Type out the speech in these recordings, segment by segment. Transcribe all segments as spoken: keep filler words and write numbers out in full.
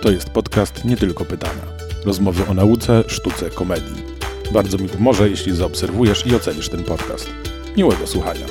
To jest podcast Nie Tylko Pytania. Rozmowy o nauce, sztuce, komedii. Bardzo mi pomoże, jeśli zaobserwujesz i ocenisz ten podcast. Miłego słuchania.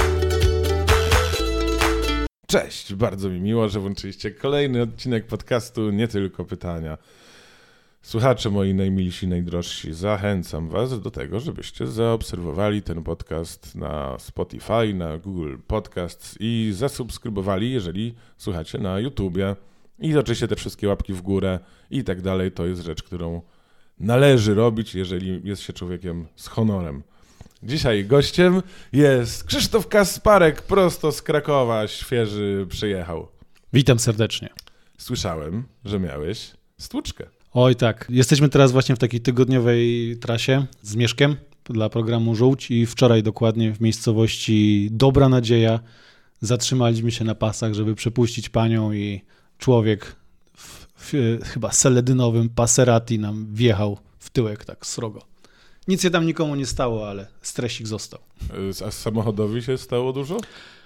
Cześć, bardzo mi miło, że włączyliście kolejny odcinek podcastu Nie Tylko Pytania. Słuchacze moi najmilsi, najdrożsi, zachęcam was do tego, żebyście zaobserwowali ten podcast na Spotify, na Google Podcasts i zasubskrybowali, jeżeli słuchacie na YouTubie. I oczywiście te wszystkie łapki w górę i tak dalej, to jest rzecz, którą należy robić, jeżeli jest się człowiekiem z honorem. Dzisiaj gościem jest Krzysztof Kasparek, prosto z Krakowa, świeży przyjechał. Witam serdecznie. Słyszałem, że miałeś stłuczkę. Oj tak, jesteśmy teraz właśnie w takiej tygodniowej trasie z Mieszkiem dla programu Żółć i wczoraj dokładnie w miejscowości Dobra Nadzieja zatrzymaliśmy się na pasach, żeby przepuścić panią i człowiek w, w chyba seledynowym Passerati nam wjechał w tyłek tak srogo. Nic się tam nikomu nie stało, ale stresik został. A samochodowi się stało dużo?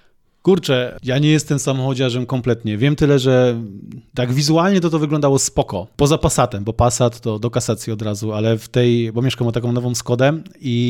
Kurczę, ja nie jestem samochodziarzem kompletnie. Wiem tyle, że tak wizualnie to to wyglądało spoko. Poza Passatem, bo Passat to do kasacji od razu, ale w tej, bo mieszkam o taką nową Skodę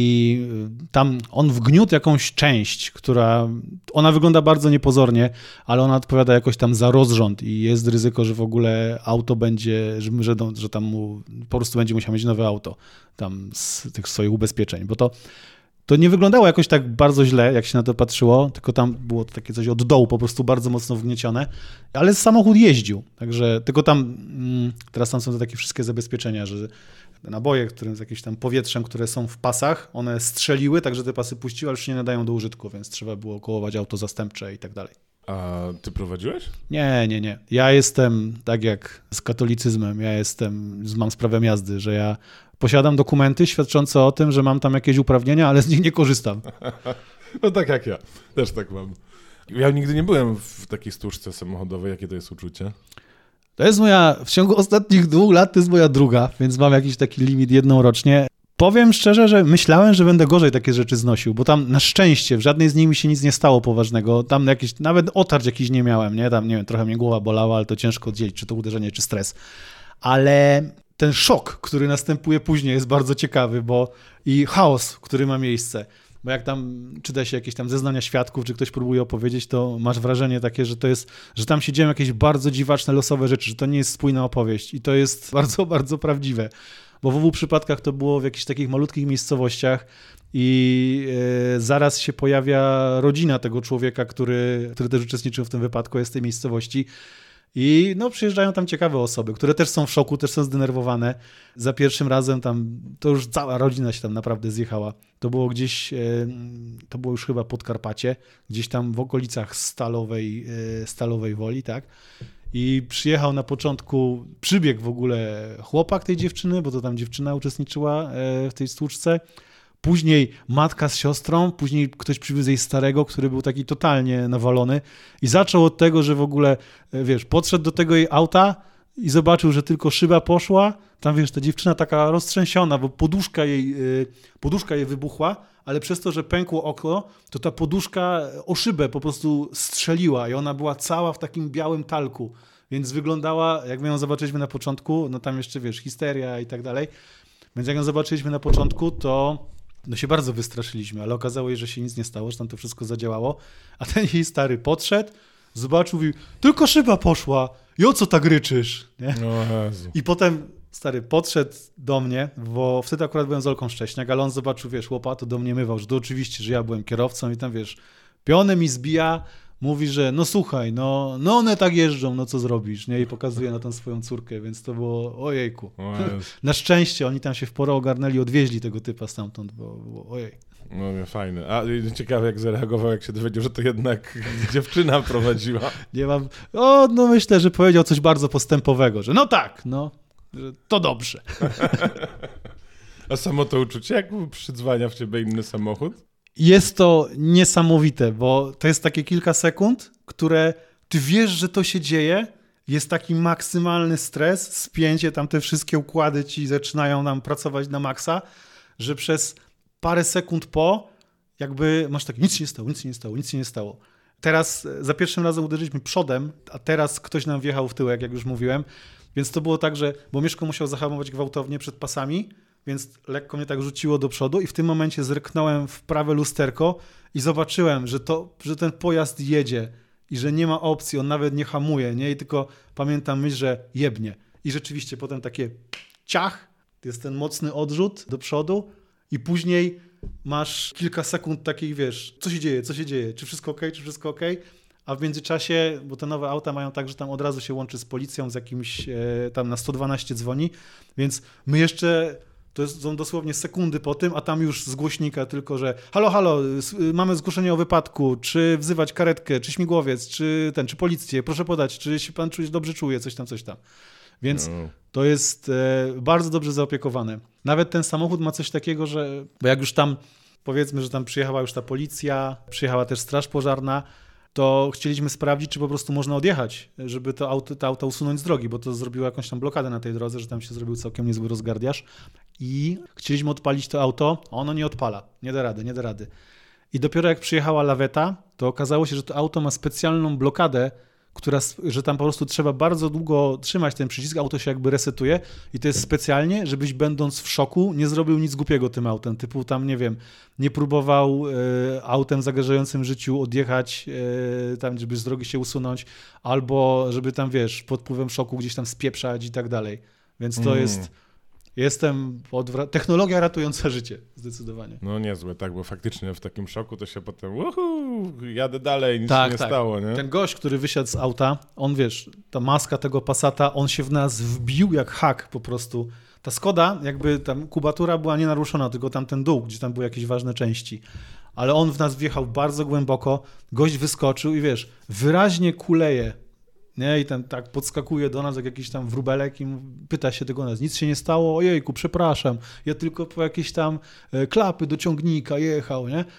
i tam on wgniótł jakąś część, która, ona wygląda bardzo niepozornie, ale ona odpowiada jakoś tam za rozrząd i jest ryzyko, że w ogóle auto będzie, że, że, że tam mu po prostu będzie musiał mieć nowe auto tam z tych swoich ubezpieczeń, bo to To nie wyglądało jakoś tak bardzo źle, jak się na to patrzyło, tylko tam było to takie coś od dołu, po prostu bardzo mocno wgniecione, ale samochód jeździł, także tylko tam, teraz tam są te takie wszystkie zabezpieczenia, że te naboje, które z jakimś tam powietrzem, które są w pasach, one strzeliły, także te pasy puściły, ale już nie nadają do użytku, więc trzeba było kołować auto zastępcze i tak dalej. A ty prowadziłeś? Nie, nie, nie. Ja jestem, tak jak z katolicyzmem, ja jestem, mam sprawę jazdy, że ja posiadam dokumenty świadczące o tym, że mam tam jakieś uprawnienia, ale z nich nie korzystam. No tak jak ja. Też tak mam. Ja nigdy nie byłem w takiej stłuczce samochodowej. Jakie to jest uczucie? To jest moja, w ciągu ostatnich dwóch lat to jest moja druga, więc mam jakiś taki limit jedną rocznie. Powiem szczerze, że myślałem, że będę gorzej takie rzeczy znosił, bo tam na szczęście w żadnej z nich mi się nic nie stało poważnego. Tam jakieś, nawet otarć jakiś nie miałem, nie? Tam, nie wiem, trochę mnie głowa bolała, ale to ciężko oddzielić, czy to uderzenie, czy stres. Ale ten szok, który następuje później, jest bardzo ciekawy, bo i chaos, który ma miejsce. Bo jak tam czyta się jakieś tam zeznania świadków, czy ktoś próbuje opowiedzieć, to masz wrażenie takie, że to jest, że tam się dzieją jakieś bardzo dziwaczne, losowe rzeczy, że to nie jest spójna opowieść i to jest bardzo, bardzo prawdziwe. Bo w obu przypadkach to było w jakichś takich malutkich miejscowościach i yy, zaraz się pojawia rodzina tego człowieka, który, który też uczestniczył w tym wypadku, jest z tej miejscowości. I no, przyjeżdżają tam ciekawe osoby, które też są w szoku, też są zdenerwowane. Za pierwszym razem tam, to już cała rodzina się tam naprawdę zjechała. To było gdzieś, to było już chyba Podkarpacie, gdzieś tam w okolicach Stalowej, Stalowej Woli, tak? I przyjechał na początku, przybiegł w ogóle chłopak tej dziewczyny, bo to tam dziewczyna uczestniczyła w tej stłuczce. Później matka z siostrą, później ktoś przywiózł jej starego, który był taki totalnie nawalony i zaczął od tego, że w ogóle, wiesz, podszedł do tego jej auta i zobaczył, że tylko szyba poszła. Tam, wiesz, ta dziewczyna taka roztrzęsiona, bo poduszka jej, poduszka jej wybuchła, ale przez to, że pękło okno, to ta poduszka o szybę po prostu strzeliła i ona była cała w takim białym talku, więc wyglądała, jak my ją zobaczyliśmy na początku, no tam jeszcze, wiesz, histeria i tak dalej, więc jak ją zobaczyliśmy na początku, to no się bardzo wystraszyliśmy, ale okazało się, że się nic nie stało, że tam to wszystko zadziałało, a ten jej stary podszedł, zobaczył i tylko szyba poszła i o co tak ryczysz? Nie? O Jezu. I potem stary podszedł do mnie, bo wtedy akurat byłem z Olką Szcześniak, ale on zobaczył, wiesz, łopato do mnie mywał, że to oczywiście, że ja byłem kierowcą i tam, wiesz, pionę mi zbija, mówi, że no słuchaj, no, no one tak jeżdżą, no co zrobisz, nie? I pokazuje na tą swoją córkę, więc to było ojejku. O Na szczęście oni tam się w porę ogarnęli, odwieźli tego typa stamtąd, bo było ojej. No nie, fajne. A ciekawe jak zareagował, jak się dowiedział, że to jednak dziewczyna prowadziła. Nie mam, o no myślę, że powiedział coś bardzo postępowego, że no tak, no, że to dobrze. A samo to uczucie, jak przydzwania w ciebie inny samochód? Jest to niesamowite, bo to jest takie kilka sekund, które ty wiesz, że to się dzieje, jest taki maksymalny stres, spięcie, tam te wszystkie układy ci zaczynają nam pracować na maksa, że przez parę sekund po jakby masz tak, nic się nie stało, nic się nie stało, nic się nie stało. Teraz za pierwszym razem uderzyliśmy przodem, a teraz ktoś nam wjechał w tyłek, jak już mówiłem, Więc to było tak, że, bo Mieszko musiał zahamować gwałtownie przed pasami, więc lekko mnie tak rzuciło do przodu i w tym momencie zerknąłem w prawe lusterko i zobaczyłem, że, to, że ten pojazd jedzie i że nie ma opcji, on nawet nie hamuje, nie? I tylko pamiętam myśl, że jebnie. I rzeczywiście potem takie ciach, to jest ten mocny odrzut do przodu i później masz kilka sekund takich, wiesz, co się dzieje, co się dzieje, czy wszystko okej, czy wszystko okej, a w międzyczasie, bo te nowe auta mają tak, że tam od razu się łączy z policją, z jakimś, e, tam na sto dwanaście dzwoni, więc my jeszcze, to jest, są dosłownie sekundy po tym, a tam już z głośnika tylko, że halo, halo, mamy zgłoszenie o wypadku, czy wzywać karetkę, czy śmigłowiec, czy ten, czy policję, proszę podać, czy się pan czuje, dobrze czuje, coś tam, coś tam. Więc no. To jest e, bardzo dobrze zaopiekowane. Nawet ten samochód ma coś takiego, że, bo jak już tam, powiedzmy, że tam przyjechała już ta policja, przyjechała też straż pożarna, to chcieliśmy sprawdzić, czy po prostu można odjechać, żeby to auto, to auto usunąć z drogi, bo to zrobiło jakąś tam blokadę na tej drodze, że tam się zrobił całkiem niezły rozgardiaż i chcieliśmy odpalić to auto, a ono nie odpala, nie da rady, nie da rady. I dopiero jak przyjechała laweta, to okazało się, że to auto ma specjalną blokadę, która, że tam po prostu trzeba bardzo długo trzymać ten przycisk, auto się jakby resetuje i to jest specjalnie, żebyś będąc w szoku nie zrobił nic głupiego tym autem, typu tam, nie wiem, nie próbował e, autem zagrażającym życiu odjechać, e, tam żeby z drogi się usunąć, albo żeby tam, wiesz, pod wpływem szoku gdzieś tam spieprzać i tak dalej. Więc to mm. jest... Jestem odwra- technologia ratująca życie, zdecydowanie. No niezłe, tak, bo faktycznie w takim szoku to się potem uhu, jadę dalej, nic tak, się nie tak. stało, nie? Ten gość, który wysiadł z auta, on wiesz, ta maska tego Passata, on się w nas wbił jak hak po prostu. Ta Skoda, jakby tam kubatura była nienaruszona, tylko tam ten dół, gdzie tam były jakieś ważne części. Ale on w nas wjechał bardzo głęboko, gość wyskoczył i wiesz, wyraźnie kuleje. Nie? I tam tak podskakuje do nas jak jakiś tam wróbelek i pyta się tego nas, nic się nie stało, ojejku, przepraszam, ja tylko po jakieś tam klapy do ciągnika jechał, nie?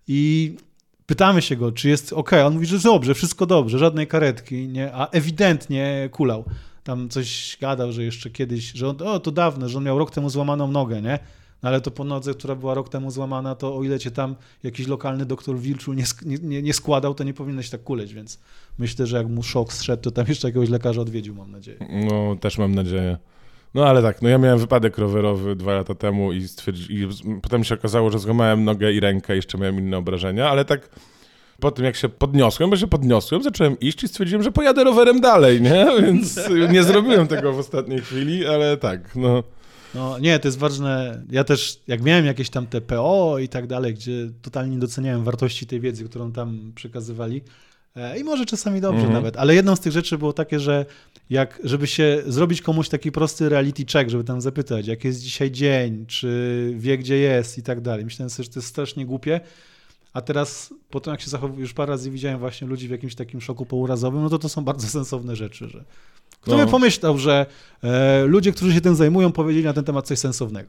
I pytamy się go, czy jest okej, on mówi, że dobrze, wszystko dobrze, żadnej karetki, nie? A ewidentnie kulał. Tam coś gadał, że jeszcze kiedyś, że on, o to dawno, że on miał rok temu złamaną nogę, nie? No ale to po nodze, która była rok temu złamana, to o ile cię tam jakiś lokalny doktor Wilczu nie, nie, nie składał, to nie powinieneś tak kuleć, więc myślę, że jak mu szok zszedł, to tam jeszcze jakiegoś lekarza odwiedził, mam nadzieję. No, też mam nadzieję. No ale tak, no ja miałem wypadek rowerowy dwa lata temu i, stwierdzi- i potem się okazało, że złamałem nogę i rękę, jeszcze miałem inne obrażenia, ale tak po tym jak się podniosłem, bo się podniosłem, zacząłem iść i stwierdziłem, że pojadę rowerem dalej, nie? Więc nie zrobiłem tego w ostatniej chwili, ale tak, no... No nie, to jest ważne. Ja też, jak miałem jakieś tam te P O i tak dalej, gdzie totalnie nie doceniałem wartości tej wiedzy, którą tam przekazywali i może czasami dobrze mm-hmm. nawet, ale jedną z tych rzeczy było takie, że jak, żeby się zrobić komuś taki prosty reality check, żeby tam zapytać, jak jest dzisiaj dzień, czy wie, gdzie jest i tak dalej. Myślałem sobie, że to jest strasznie głupie, a teraz po tym, jak się zachowuję, już parę razy widziałem właśnie ludzi w jakimś takim szoku pourazowym, no to to są bardzo sensowne rzeczy, że kto no. by pomyślał, że e, ludzie, którzy się tym zajmują, powiedzieli na ten temat coś sensownego.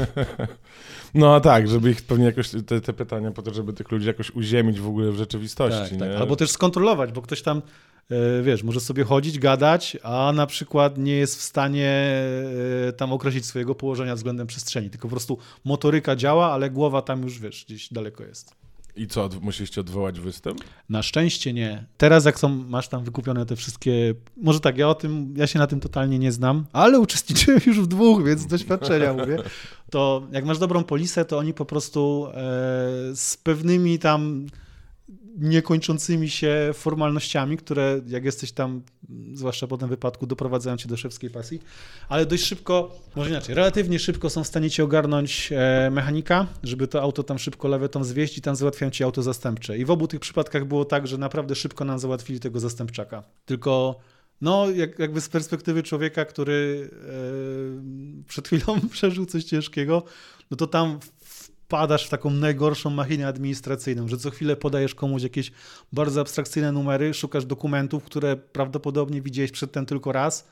No tak, żeby ich pewnie jakoś, te, te pytania po to, żeby tych ludzi jakoś uziemić w ogóle w rzeczywistości. Tak, nie? tak. Albo też skontrolować, bo ktoś tam, e, wiesz, może sobie chodzić, gadać, a na przykład nie jest w stanie e, tam określić swojego położenia względem przestrzeni, tylko po prostu motoryka działa, ale głowa tam już, wiesz, gdzieś daleko jest. I co, musieliście odwołać występ? Na szczęście nie. Teraz jak są, masz tam wykupione te wszystkie, może tak, ja o tym, ja się na tym totalnie nie znam, ale uczestniczyłem już w dwóch, więc z doświadczenia mówię, to jak masz dobrą polisę, to oni po prostu e, z pewnymi tam niekończącymi się formalnościami, które jak jesteś tam, zwłaszcza po tym wypadku, doprowadzają cię do szewskiej pasji, ale dość szybko, może inaczej, relatywnie szybko są w stanie ci ogarnąć e, mechanika, żeby to auto tam szybko lawetą zwieść i tam załatwiają ci auto zastępcze. I w obu tych przypadkach było tak, że naprawdę szybko nam załatwili tego zastępczaka. Tylko no, jak, jakby z perspektywy człowieka, który e, przed chwilą przeżył coś ciężkiego, no to tam wpadasz w taką najgorszą machinę administracyjną, że co chwilę podajesz komuś jakieś bardzo abstrakcyjne numery, szukasz dokumentów, które prawdopodobnie widziałeś przedtem tylko raz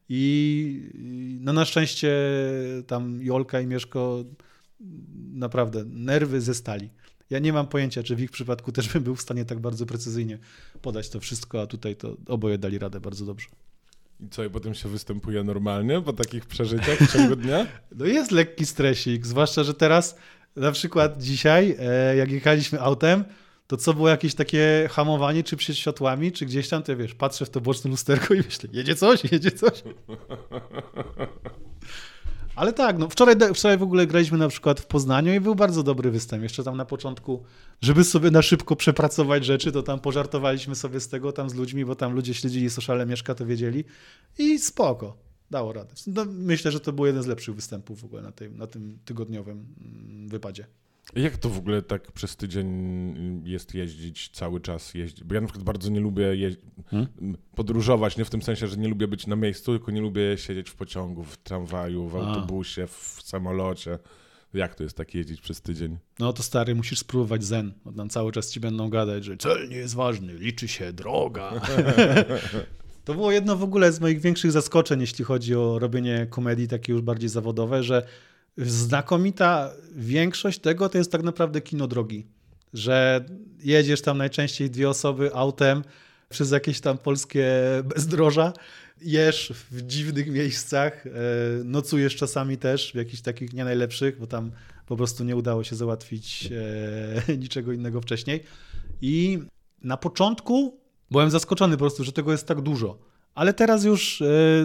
i no na szczęście tam Jolka i Mieszko naprawdę nerwy ze stali. Ja nie mam pojęcia, czy w ich przypadku też bym był w stanie tak bardzo precyzyjnie podać to wszystko, a tutaj to oboje dali radę bardzo dobrze. I co, i potem się występuje normalnie po takich przeżyciach w ciągu dnia? No jest lekki stresik, zwłaszcza, że teraz na przykład dzisiaj, jak jechaliśmy autem, to co było jakieś takie hamowanie, czy przed światłami, czy gdzieś tam, to wiesz, patrzę w to boczne lusterko i myślę, jedzie coś, jedzie coś. Ale tak, no wczoraj, wczoraj w ogóle graliśmy na przykład w Poznaniu i był bardzo dobry występ. Jeszcze tam na początku, żeby sobie na szybko przepracować rzeczy, to tam pożartowaliśmy sobie z tego tam z ludźmi, bo tam ludzie śledzili Sociale Mieszka, to wiedzieli i spoko, dało radę. No, myślę, że to był jeden z lepszych występów w ogóle na, tej, na tym tygodniowym wypadzie. Jak to w ogóle tak przez tydzień jest jeździć, cały czas jeździć? Bo ja na przykład bardzo nie lubię jeździ- hmm? podróżować, nie w tym sensie, że nie lubię być na miejscu, tylko nie lubię siedzieć w pociągu, w tramwaju, w autobusie, w samolocie. Jak to jest tak jeździć przez tydzień? No to stary, musisz spróbować zen, bo tam cały czas ci będą gadać, że cel nie jest ważny, liczy się droga. To było jedno w ogóle z moich większych zaskoczeń, jeśli chodzi o robienie komedii takie już bardziej zawodowe, że znakomita większość tego to jest tak naprawdę kino drogi, że jedziesz tam najczęściej dwie osoby autem przez jakieś tam polskie bezdroża, jesz w dziwnych miejscach, nocujesz czasami też w jakichś takich nie najlepszych, bo tam po prostu nie udało się załatwić niczego innego wcześniej. I na początku byłem zaskoczony po prostu, że tego jest tak dużo, ale teraz już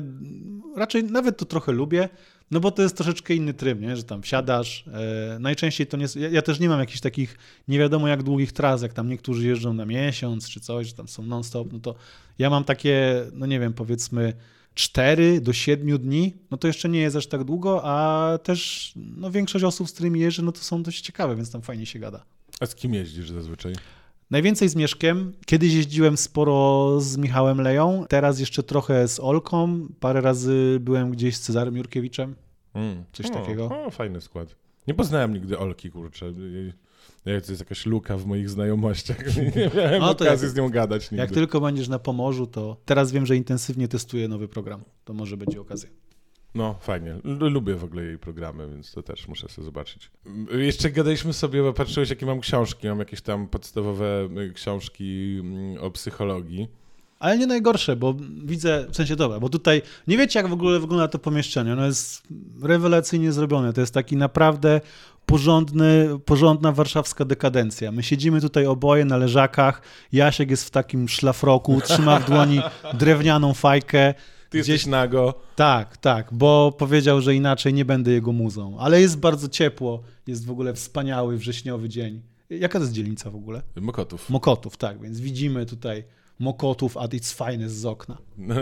raczej nawet to trochę lubię. No bo to jest troszeczkę inny tryb, nie? Że tam wsiadasz. E, najczęściej to nie... Ja, ja też nie mam jakichś takich nie wiadomo jak długich tras, jak tam niektórzy jeżdżą na miesiąc czy coś, że tam są non-stop, no to ja mam takie, no nie wiem, powiedzmy cztery do siedmiu dni, no to jeszcze nie jest aż tak długo, a też no większość osób, z którymi jeżdżę, no to są dość ciekawe, więc tam fajnie się gada. A z kim jeździsz zazwyczaj? Najwięcej z Mieszkiem. Kiedyś jeździłem sporo z Michałem Leją, teraz jeszcze trochę z Olką. Parę razy byłem gdzieś z Cezarem Jurkiewiczem. Mm. Coś o, takiego. O, fajny skład. Nie poznałem nigdy Olki, kurczę. To jest jakaś luka w moich znajomościach. Nie miałem no okazji jak, z nią gadać nigdy. Jak tylko będziesz na Pomorzu, to teraz wiem, że intensywnie testuję nowy program. To może będzie okazja. No, fajnie. Lubię w ogóle jej programy, więc to też muszę sobie zobaczyć. Jeszcze gadaliśmy sobie, bo patrzyłeś, jakie mam książki. Mam jakieś tam podstawowe książki o psychologii. Ale nie najgorsze, bo widzę, w sensie dobra, bo tutaj nie wiecie, jak w ogóle wygląda to pomieszczenie. Ono jest rewelacyjnie zrobione. To jest taki naprawdę porządny, porządna warszawska dekadencja. My siedzimy tutaj oboje na leżakach. Jasiek jest w takim szlafroku, trzyma w dłoni drewnianą fajkę. Ty jesteś gdzieś nago. Tak, tak, bo powiedział, że inaczej nie będę jego muzą. Ale jest bardzo ciepło, jest w ogóle wspaniały wrześniowy dzień. Jaka to jest dzielnica w ogóle? Mokotów. Mokotów, tak, więc widzimy tutaj Mokotów at its finest z okna.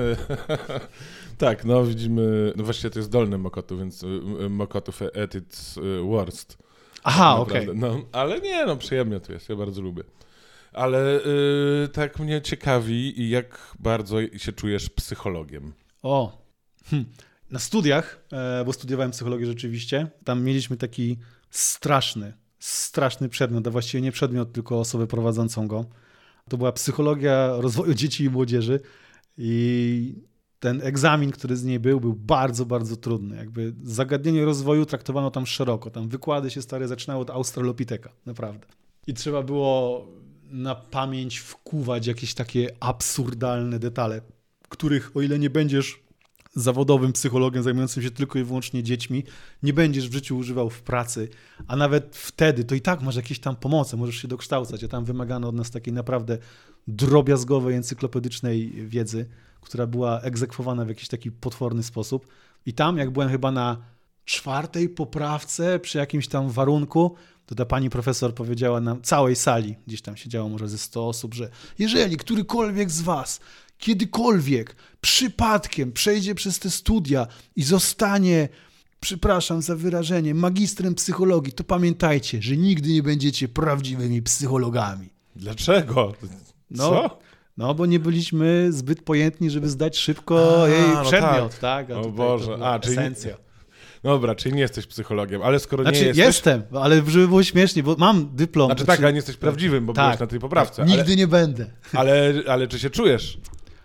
Tak, no widzimy, no właściwie to jest dolny Mokotów, więc Mokotów at its worst. Aha, okej. Okay. No, ale nie, no przyjemnie to jest, ja bardzo lubię. Ale yy, tak mnie ciekawi, jak bardzo się czujesz psychologiem. O, hm. Na studiach, e, bo studiowałem psychologię rzeczywiście, tam mieliśmy taki straszny, straszny przedmiot, a właściwie nie przedmiot, tylko osobę prowadzącą go. To była psychologia rozwoju dzieci i młodzieży i ten egzamin, który z niej był, był bardzo, bardzo trudny. Jakby zagadnienie rozwoju traktowano tam szeroko. Tam wykłady się stare zaczynały od Australopiteka, naprawdę. I trzeba było na pamięć wkuwać jakieś takie absurdalne detale, których o ile nie będziesz zawodowym psychologiem zajmującym się tylko i wyłącznie dziećmi, nie będziesz w życiu używał w pracy, a nawet wtedy to i tak masz jakieś tam pomoce, możesz się dokształcać, a tam wymagano od nas takiej naprawdę drobiazgowej, encyklopedycznej wiedzy, która była egzekwowana w jakiś taki potworny sposób. I tam, jak byłem chyba na czwartej poprawce przy jakimś tam warunku, to ta pani profesor powiedziała nam, całej sali, gdzieś tam siedziało może ze sto osób, że jeżeli którykolwiek z was kiedykolwiek przypadkiem przejdzie przez te studia i zostanie, przepraszam za wyrażenie, magistrem psychologii, to pamiętajcie, że nigdy nie będziecie prawdziwymi psychologami. Dlaczego? No, co? No, bo nie byliśmy zbyt pojętni, żeby zdać szybko A, jej no przedmiot, tak? tak? A o Boże, a, czyli esencja. Nie... Dobra, czyli nie jesteś psychologiem, ale skoro znaczy, nie jesteś... jestem, ale żeby było śmiesznie, bo mam dyplom. Znaczy znaczy... tak, ale nie jesteś prawdziwym, bo tak, byłeś na tej poprawce. Tak, nigdy ale... nie będę. Ale, ale czy się czujesz?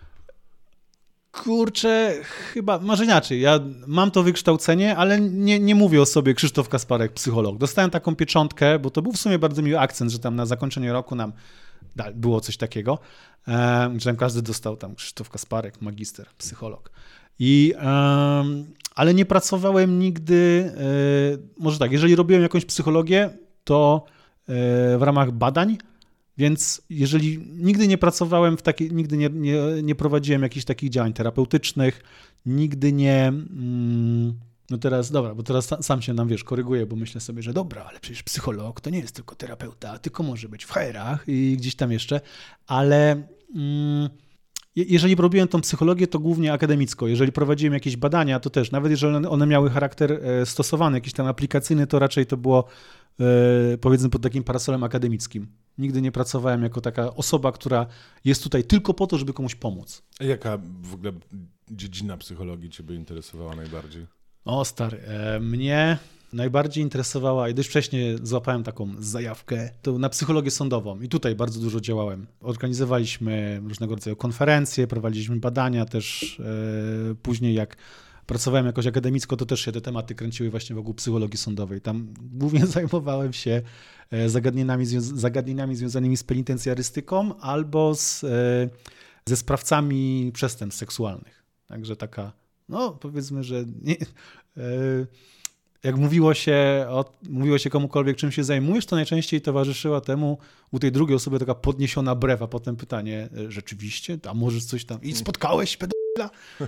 Kurczę, chyba, może inaczej. Ja mam to wykształcenie, ale nie, nie mówię o sobie Krzysztof Kasparek, psycholog. Dostałem taką pieczątkę, bo to był w sumie bardzo miły akcent, że tam na zakończenie roku nam było coś takiego, że tam każdy dostał tam Krzysztof Kasparek, magister, psycholog. I, um, ale nie pracowałem nigdy, może tak, jeżeli robiłem jakąś psychologię, to w ramach badań, Więc jeżeli nigdy nie pracowałem w takiej, nigdy nie, nie, nie prowadziłem jakichś takich działań terapeutycznych, nigdy nie... Mm, no teraz, dobra, bo teraz sam się nam, wiesz, koryguję, bo myślę sobie, że dobra, ale przecież psycholog to nie jest tylko terapeuta, tylko może być w H R-ach i gdzieś tam jeszcze, ale mm, jeżeli robiłem tą psychologię, to głównie akademicko. Jeżeli prowadziłem jakieś badania, to też, nawet jeżeli one miały charakter stosowany, jakiś tam aplikacyjny, to raczej to było powiedzmy pod takim parasolem akademickim. Nigdy nie pracowałem jako taka osoba, która jest tutaj tylko po to, żeby komuś pomóc. A jaka w ogóle dziedzina psychologii ciebie interesowała najbardziej? O stary, mnie najbardziej interesowała, i dość wcześnie złapałem taką zajawkę, to na psychologię sądową i tutaj bardzo dużo działałem. Organizowaliśmy różnego rodzaju konferencje, prowadziliśmy badania też, e, później jak pracowałem jakoś akademicko, to też się te tematy kręciły właśnie wokół psychologii sądowej. Tam głównie zajmowałem się zagadnieniami, zagadnieniami związanymi z penitencjarystyką albo z, ze sprawcami przestępstw seksualnych. Także taka, no powiedzmy, że nie, jak mówiło się, o, mówiło się komukolwiek, czym się zajmujesz, to najczęściej towarzyszyła temu u tej drugiej osoby taka podniesiona brew, a potem pytanie, rzeczywiście, a możesz coś tam, i spotkałeś pedofila?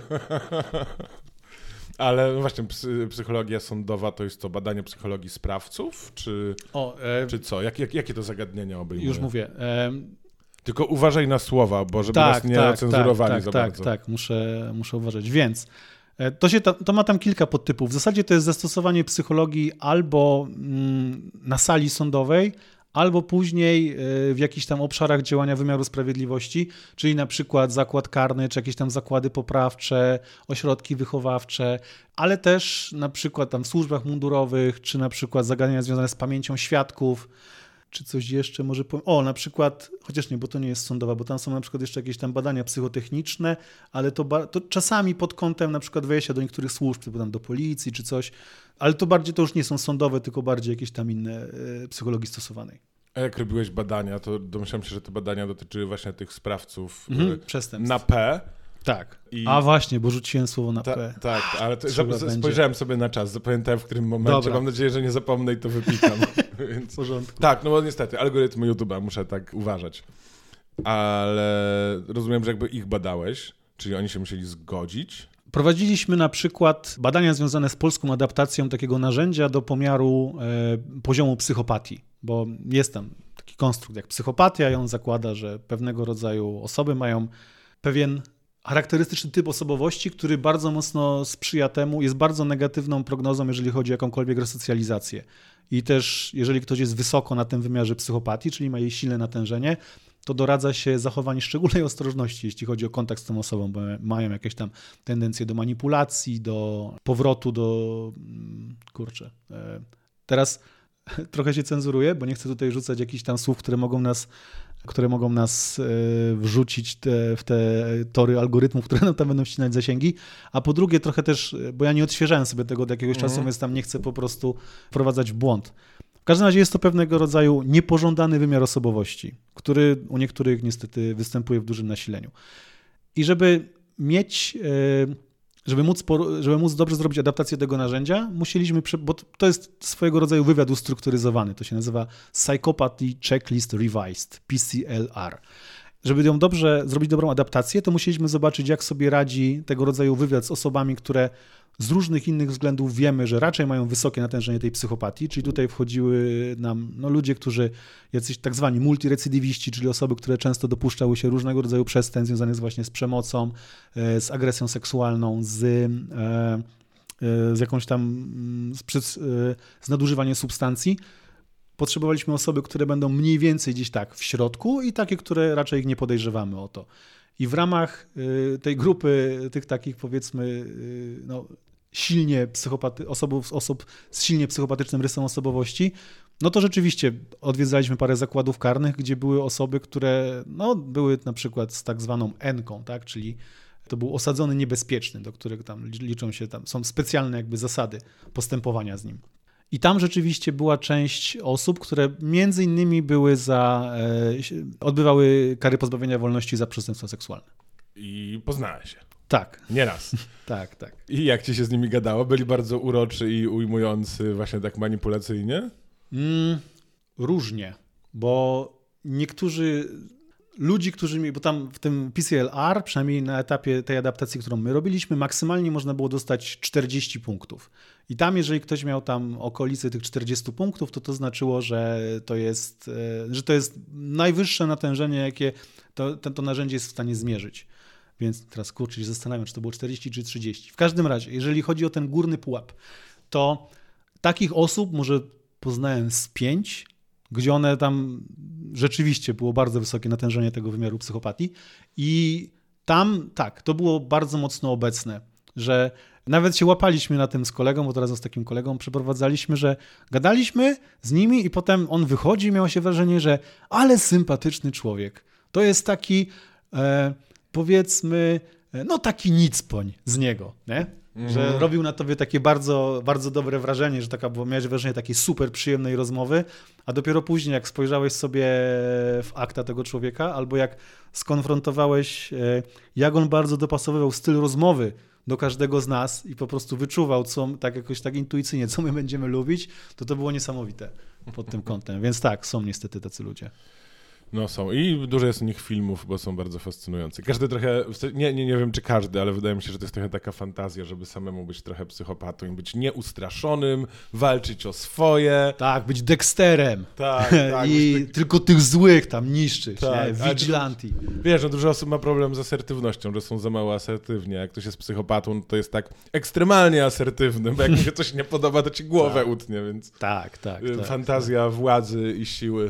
Ale no właśnie, psychologia sądowa to jest to badanie psychologii sprawców, czy, o, e... czy co? Jak, jak, jakie to zagadnienia obejmuje? Już mówię. E... Tylko uważaj na słowa, bo żeby tak, nas nie tak, cenzurowali tak, za tak, bardzo. Tak, tak, muszę, muszę uważać. Więc to, się ta, to ma tam kilka podtypów. W zasadzie to jest zastosowanie psychologii albo mm, na sali sądowej, albo później w jakichś tam obszarach działania wymiaru sprawiedliwości, czyli na przykład zakład karny, czy jakieś tam zakłady poprawcze, ośrodki wychowawcze, ale też na przykład tam w służbach mundurowych, czy na przykład zagadnienia związane z pamięcią świadków, czy coś jeszcze może powiem. O, na przykład, chociaż nie, bo to nie jest sądowa, bo tam są na przykład jeszcze jakieś tam badania psychotechniczne, ale to, to czasami pod kątem na przykład wejścia do niektórych służb, typu tam do policji czy coś, ale to bardziej, to już nie są sądowe, tylko bardziej jakieś tam inne y, psychologii stosowanej. A jak robiłeś badania, to domyślam się, że te badania dotyczyły właśnie tych sprawców mhm, przestępstw. Na P. Tak. I... A właśnie, bo rzuciłem słowo na Ta, P. Tak, ale to, spojrzałem będzie. sobie na czas, zapamiętałem w którym momencie. Dobra. Mam nadzieję, że nie zapomnę i to wypikam. Więc... W porządku. Tak, no bo niestety, algorytmy YouTube'a, muszę tak uważać. Ale rozumiem, że jakby ich badałeś, czyli oni się musieli zgodzić. Prowadziliśmy na przykład badania związane z polską adaptacją takiego narzędzia do pomiaru e, poziomu psychopatii, bo jest tam taki konstrukt jak psychopatia i on zakłada, że pewnego rodzaju osoby mają pewien charakterystyczny typ osobowości, który bardzo mocno sprzyja temu, jest bardzo negatywną prognozą, jeżeli chodzi o jakąkolwiek resocjalizację. I też jeżeli ktoś jest wysoko na tym wymiarze psychopatii, czyli ma jej silne natężenie, to doradza się zachowanie szczególnej ostrożności, jeśli chodzi o kontakt z tą osobą, bo mają jakieś tam tendencje do manipulacji, do powrotu do... Kurczę. Teraz trochę się cenzuruję, bo nie chcę tutaj rzucać jakichś tam słów, które mogą nas, które mogą nas wrzucić te, w te tory algorytmów, które nam tam będą ścinać zasięgi, a po drugie trochę też, bo ja nie odświeżałem sobie tego od jakiegoś mhm. czasu, więc tam nie chcę po prostu wprowadzać w błąd. W każdym razie jest to pewnego rodzaju niepożądany wymiar osobowości, który u niektórych niestety występuje w dużym nasileniu. I żeby mieć, żeby móc, żeby móc dobrze zrobić adaptację tego narzędzia, musieliśmy, bo to jest swojego rodzaju wywiad ustrukturyzowany, to się nazywa Psychopathy Checklist Revised, P C L R. Żeby ją dobrze zrobić dobrą adaptację, to musieliśmy zobaczyć, jak sobie radzi tego rodzaju wywiad z osobami, które z różnych innych względów wiemy, że raczej mają wysokie natężenie tej psychopatii, czyli tutaj wchodziły nam no, ludzie, którzy jacyś tak zwani multirecydywiści, czyli osoby, które często dopuszczały się różnego rodzaju przestępstw związanych właśnie z przemocą, z agresją seksualną, z, z jakąś tam z, z nadużywaniem substancji. Potrzebowaliśmy osoby, które będą mniej więcej gdzieś tak w środku i takie, które raczej ich nie podejrzewamy o to. I w ramach tej grupy tych takich powiedzmy no, silnie psychopaty, osób, osób z silnie psychopatycznym rysem osobowości, no to rzeczywiście odwiedzaliśmy parę zakładów karnych, gdzie były osoby, które no, były na przykład z tak zwaną enką, tak, czyli to był osadzony niebezpieczny, do którego tam liczą się, tam są specjalne jakby zasady postępowania z nim. I tam rzeczywiście była część osób, które między innymi były za, e, odbywały kary pozbawienia wolności za przestępstwa seksualne. I poznałeś się. Tak. Nieraz. tak, tak. I jak ci się z nimi gadało? Byli bardzo uroczy i ujmujący właśnie tak manipulacyjnie? Mm, różnie, bo niektórzy ludzi, którzy mi, bo tam w tym P C L R, przynajmniej na etapie tej adaptacji, którą my robiliśmy, maksymalnie można było dostać czterdzieści punktów. I tam, jeżeli ktoś miał tam okolicy tych czterdziestu punktów, to to znaczyło, że to jest, że to jest najwyższe natężenie, jakie to, to, to narzędzie jest w stanie zmierzyć. Więc teraz kurczę, się zastanawiam, czy to było czterdzieści czy trzydzieści. W każdym razie, jeżeli chodzi o ten górny pułap, to takich osób może poznałem z pięć, gdzie one tam rzeczywiście było bardzo wysokie natężenie tego wymiaru psychopatii i tam tak, to było bardzo mocno obecne, że nawet się łapaliśmy na tym z kolegą, bo teraz z takim kolegą przeprowadzaliśmy, że gadaliśmy z nimi i potem on wychodzi i miało się wrażenie, że ale sympatyczny człowiek. To jest taki e, powiedzmy, no taki nicpoń z niego, nie? Mm. Że robił na tobie takie bardzo, bardzo dobre wrażenie, że taka, bo miałeś wrażenie takiej super przyjemnej rozmowy, a dopiero później jak spojrzałeś sobie w akta tego człowieka, albo jak skonfrontowałeś, jak on bardzo dopasowywał styl rozmowy do każdego z nas i po prostu wyczuwał, co tak jakoś tak intuicyjnie, co my będziemy lubić, to to było niesamowite pod tym kątem. Więc tak, są niestety tacy ludzie. No są i dużo jest u nich filmów, bo są bardzo fascynujące. Każdy trochę, nie, nie, nie wiem czy każdy, ale wydaje mi się, że to jest trochę taka fantazja, żeby samemu być trochę psychopatą i być nieustraszonym, walczyć o swoje. Tak, być Dexterem. Tak, tak. I tak... tylko tych złych tam niszczyć, tak, nie? Vigilanti. Wiesz, że dużo osób ma problem z asertywnością, że są za mało asertywni. Jak ktoś jest psychopatą, to jest tak ekstremalnie asertywny, bo jak mi się coś nie podoba, to ci głowę tak. utnie, więc tak, tak, tak, fantazja tak. władzy i siły.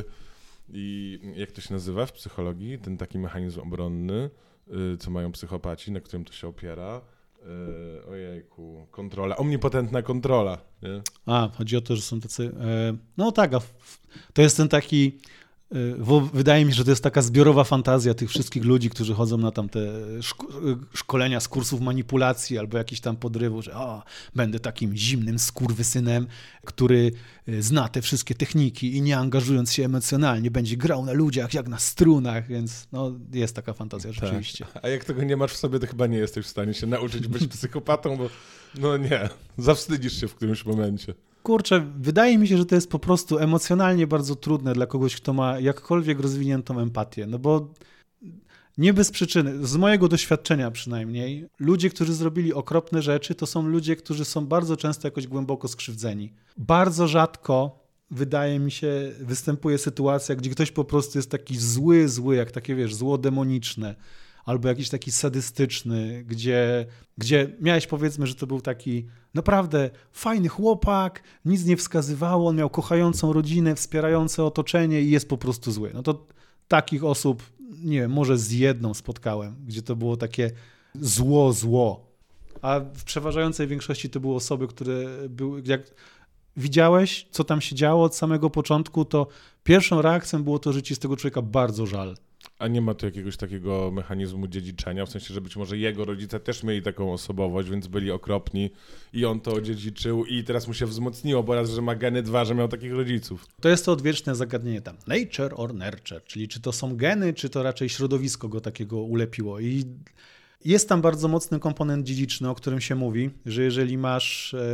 I jak to się nazywa w psychologii? Ten taki mechanizm obronny, yy, co mają psychopaci, na którym to się opiera. Yy, ojejku, kontrola, omnipotentna kontrola. Nie? A, chodzi o to, że są tacy... Yy, no tak, a w, to jest ten taki... Yy, wydaje mi się, że to jest taka zbiorowa fantazja tych wszystkich ludzi, którzy chodzą na tam te szko- szkolenia z kursów manipulacji albo jakiś tam podrywu, że o, będę takim zimnym skurwysynem, który zna te wszystkie techniki i nie angażując się emocjonalnie będzie grał na ludziach jak na strunach, więc no, jest taka fantazja tak. rzeczywiście. A jak tego nie masz w sobie, to chyba nie jesteś w stanie się nauczyć być psychopatą, bo no nie, zawstydzisz się w którymś momencie. Kurczę, wydaje mi się, że to jest po prostu emocjonalnie bardzo trudne dla kogoś, kto ma jakkolwiek rozwiniętą empatię, no bo nie bez przyczyny, z mojego doświadczenia przynajmniej, ludzie, którzy zrobili okropne rzeczy, to są ludzie, którzy są bardzo często jakoś głęboko skrzywdzeni. Bardzo rzadko, wydaje mi się, występuje sytuacja, gdzie ktoś po prostu jest taki zły, zły, jak takie, wiesz, zło demoniczne, albo jakiś taki sadystyczny, gdzie, gdzie miałeś powiedzmy, że to był taki naprawdę fajny chłopak, nic nie wskazywało, on miał kochającą rodzinę, wspierające otoczenie i jest po prostu zły. No to takich osób, nie wiem, może z jedną spotkałem, gdzie to było takie zło, zło. A w przeważającej większości to były osoby, które były, jak widziałeś, co tam się działo od samego początku, to pierwszą reakcją było to, że ci z tego człowieka bardzo żal. A nie ma tu jakiegoś takiego mechanizmu dziedziczenia, w sensie, że być może jego rodzice też mieli taką osobowość, więc byli okropni i on to odziedziczył i teraz mu się wzmocniło, bo raz, że ma geny, dwa, że miał takich rodziców. To jest to odwieczne zagadnienie tam, nature or nurture, czyli czy to są geny, czy to raczej środowisko go takiego ulepiło. I jest tam bardzo mocny komponent dziedziczny, o którym się mówi, że jeżeli masz e,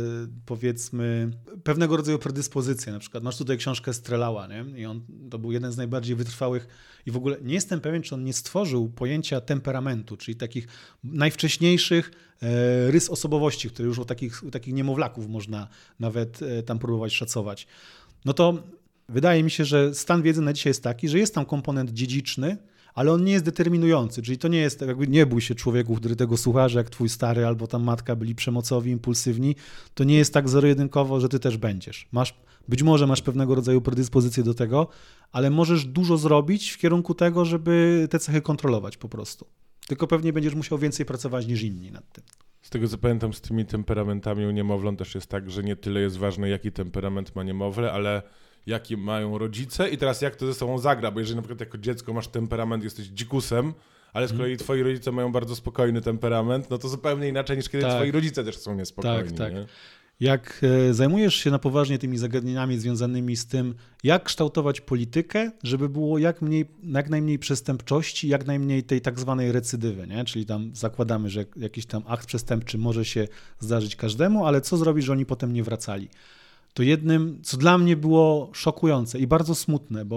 powiedzmy pewnego rodzaju predyspozycje, na przykład masz tutaj książkę Strelała, nie? I on to był jeden z najbardziej wytrwałych i w ogóle nie jestem pewien, czy on nie stworzył pojęcia temperamentu, czyli takich najwcześniejszych e, rys osobowości, które już u takich, u takich niemowlaków można nawet e, tam próbować szacować. No to wydaje mi się, że stan wiedzy na dzisiaj jest taki, że jest tam komponent dziedziczny, ale on nie jest determinujący, czyli to nie jest, jakby nie bój się człowieku, który tego słucha, że jak twój stary albo tam matka byli przemocowi, impulsywni, to nie jest tak zero-jedynkowo, że ty też będziesz. Masz, być może masz pewnego rodzaju predyspozycję do tego, ale możesz dużo zrobić w kierunku tego, żeby te cechy kontrolować po prostu. Tylko pewnie będziesz musiał więcej pracować niż inni nad tym. Z tego co pamiętam, z tymi temperamentami u niemowląt też jest tak, że nie tyle jest ważne, jaki temperament ma niemowlę, ale jaki mają rodzice i teraz jak to ze sobą zagra, bo jeżeli na przykład jako dziecko masz temperament, jesteś dzikusem, ale z kolei twoi rodzice mają bardzo spokojny temperament, no to zupełnie inaczej niż kiedy tak. twoi rodzice też są niespokojni. Tak, tak. Nie? Jak zajmujesz się na poważnie tymi zagadnieniami związanymi z tym, jak kształtować politykę, żeby było jak, mniej, jak najmniej przestępczości, jak najmniej tej tak zwanej recydywy, nie? Czyli tam zakładamy, że jakiś tam akt przestępczy może się zdarzyć każdemu, ale co zrobić, że oni potem nie wracali? To jednym, co dla mnie było szokujące i bardzo smutne, bo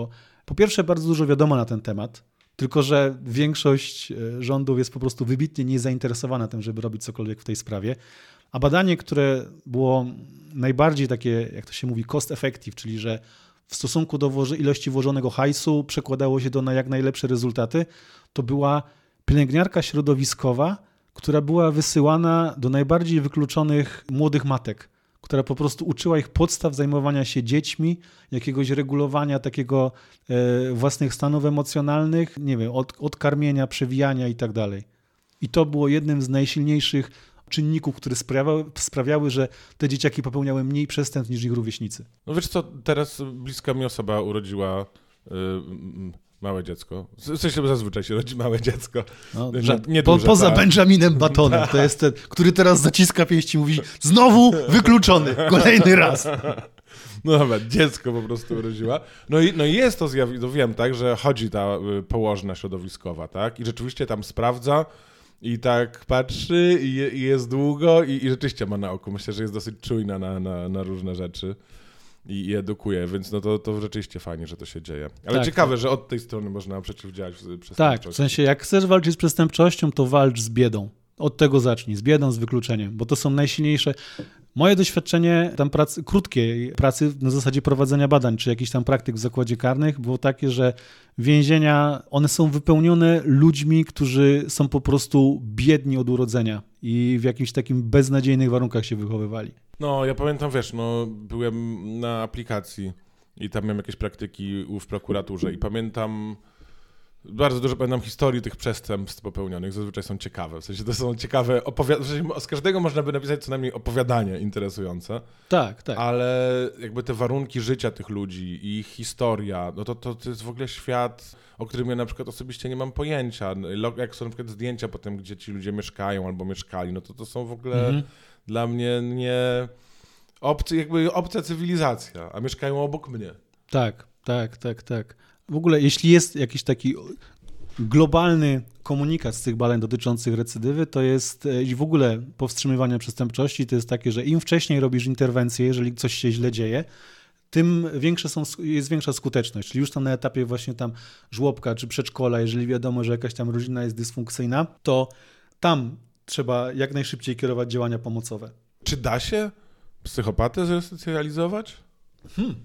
Po pierwsze, bardzo dużo wiadomo na ten temat, tylko że większość rządów jest po prostu wybitnie niezainteresowana tym, żeby robić cokolwiek w tej sprawie. A badanie, które było najbardziej takie, jak to się mówi, cost effective, czyli że w stosunku do włoży- ilości włożonego hajsu przekładało się to na jak najlepsze rezultaty, to była pielęgniarka środowiskowa, która była wysyłana do najbardziej wykluczonych młodych matek, która po prostu uczyła ich podstaw zajmowania się dziećmi, jakiegoś regulowania takiego e, własnych stanów emocjonalnych, nie wiem, od, od karmienia, przewijania i tak dalej. I to było jednym z najsilniejszych czynników, które sprawiały, sprawiały, że te dzieciaki popełniały mniej przestępstw niż ich rówieśnicy. No wiesz co, teraz bliska mi osoba urodziła y, małe dziecko. W sensie zazwyczaj się rodzi małe dziecko. No, nie, że, nie po, duże, poza tak. Benjaminem Buttonem, to jest ten, który teraz zaciska pięści i mówi znowu wykluczony, kolejny raz. No dobra, dziecko po prostu urodziła. No i, no i jest to zjawisko, wiem, tak, że chodzi ta y, położna środowiskowa, tak, i rzeczywiście tam sprawdza i tak patrzy i, je, i jest długo i, i rzeczywiście ma na oku. Myślę, że jest dosyć czujna na, na, na różne rzeczy i, i edukuje, więc no to, to rzeczywiście fajnie, że to się dzieje. Ale tak, ciekawe, tak. że od tej strony można przeciwdziałać przestępczości. Tak, w sensie jak chcesz walczyć z przestępczością, to walcz z biedą. Od tego zacznij, z biedą, z wykluczeniem, bo to są najsilniejsze. Moje doświadczenie tam pracy, krótkiej pracy na zasadzie prowadzenia badań, czy jakichś tam praktyk w zakładzie karnych było takie, że więzienia, one są wypełnione ludźmi, którzy są po prostu biedni od urodzenia i w jakimś takim beznadziejnych warunkach się wychowywali. No, ja pamiętam, wiesz, no byłem na aplikacji i tam miałem jakieś praktyki w prokuraturze i pamiętam, bardzo dużo pamiętam historii tych przestępstw popełnionych, zazwyczaj są ciekawe, w sensie to są ciekawe opowiadania, w sensie z każdego można by napisać co najmniej opowiadanie interesujące. Tak, tak. Ale jakby te warunki życia tych ludzi i ich historia, no to, to, to jest w ogóle świat, o którym ja na przykład osobiście nie mam pojęcia. Jak są na przykład zdjęcia potem, gdzie ci ludzie mieszkają albo mieszkali, no to to są w ogóle mhm. dla mnie nie obcy, jakby obca cywilizacja, a mieszkają obok mnie. Tak, tak, tak, tak. W ogóle jeśli jest jakiś taki globalny komunikat z tych badań dotyczących recydywy, to jest i w ogóle powstrzymywania przestępczości, to jest takie, że im wcześniej robisz interwencję, jeżeli coś się źle dzieje, tym większe są, jest większa skuteczność. Czyli już tam na etapie właśnie tam żłobka czy przedszkola, jeżeli wiadomo, że jakaś tam rodzina jest dysfunkcyjna, to tam trzeba jak najszybciej kierować działania pomocowe. Czy da się psychopatę zresocjalizować? Hmm.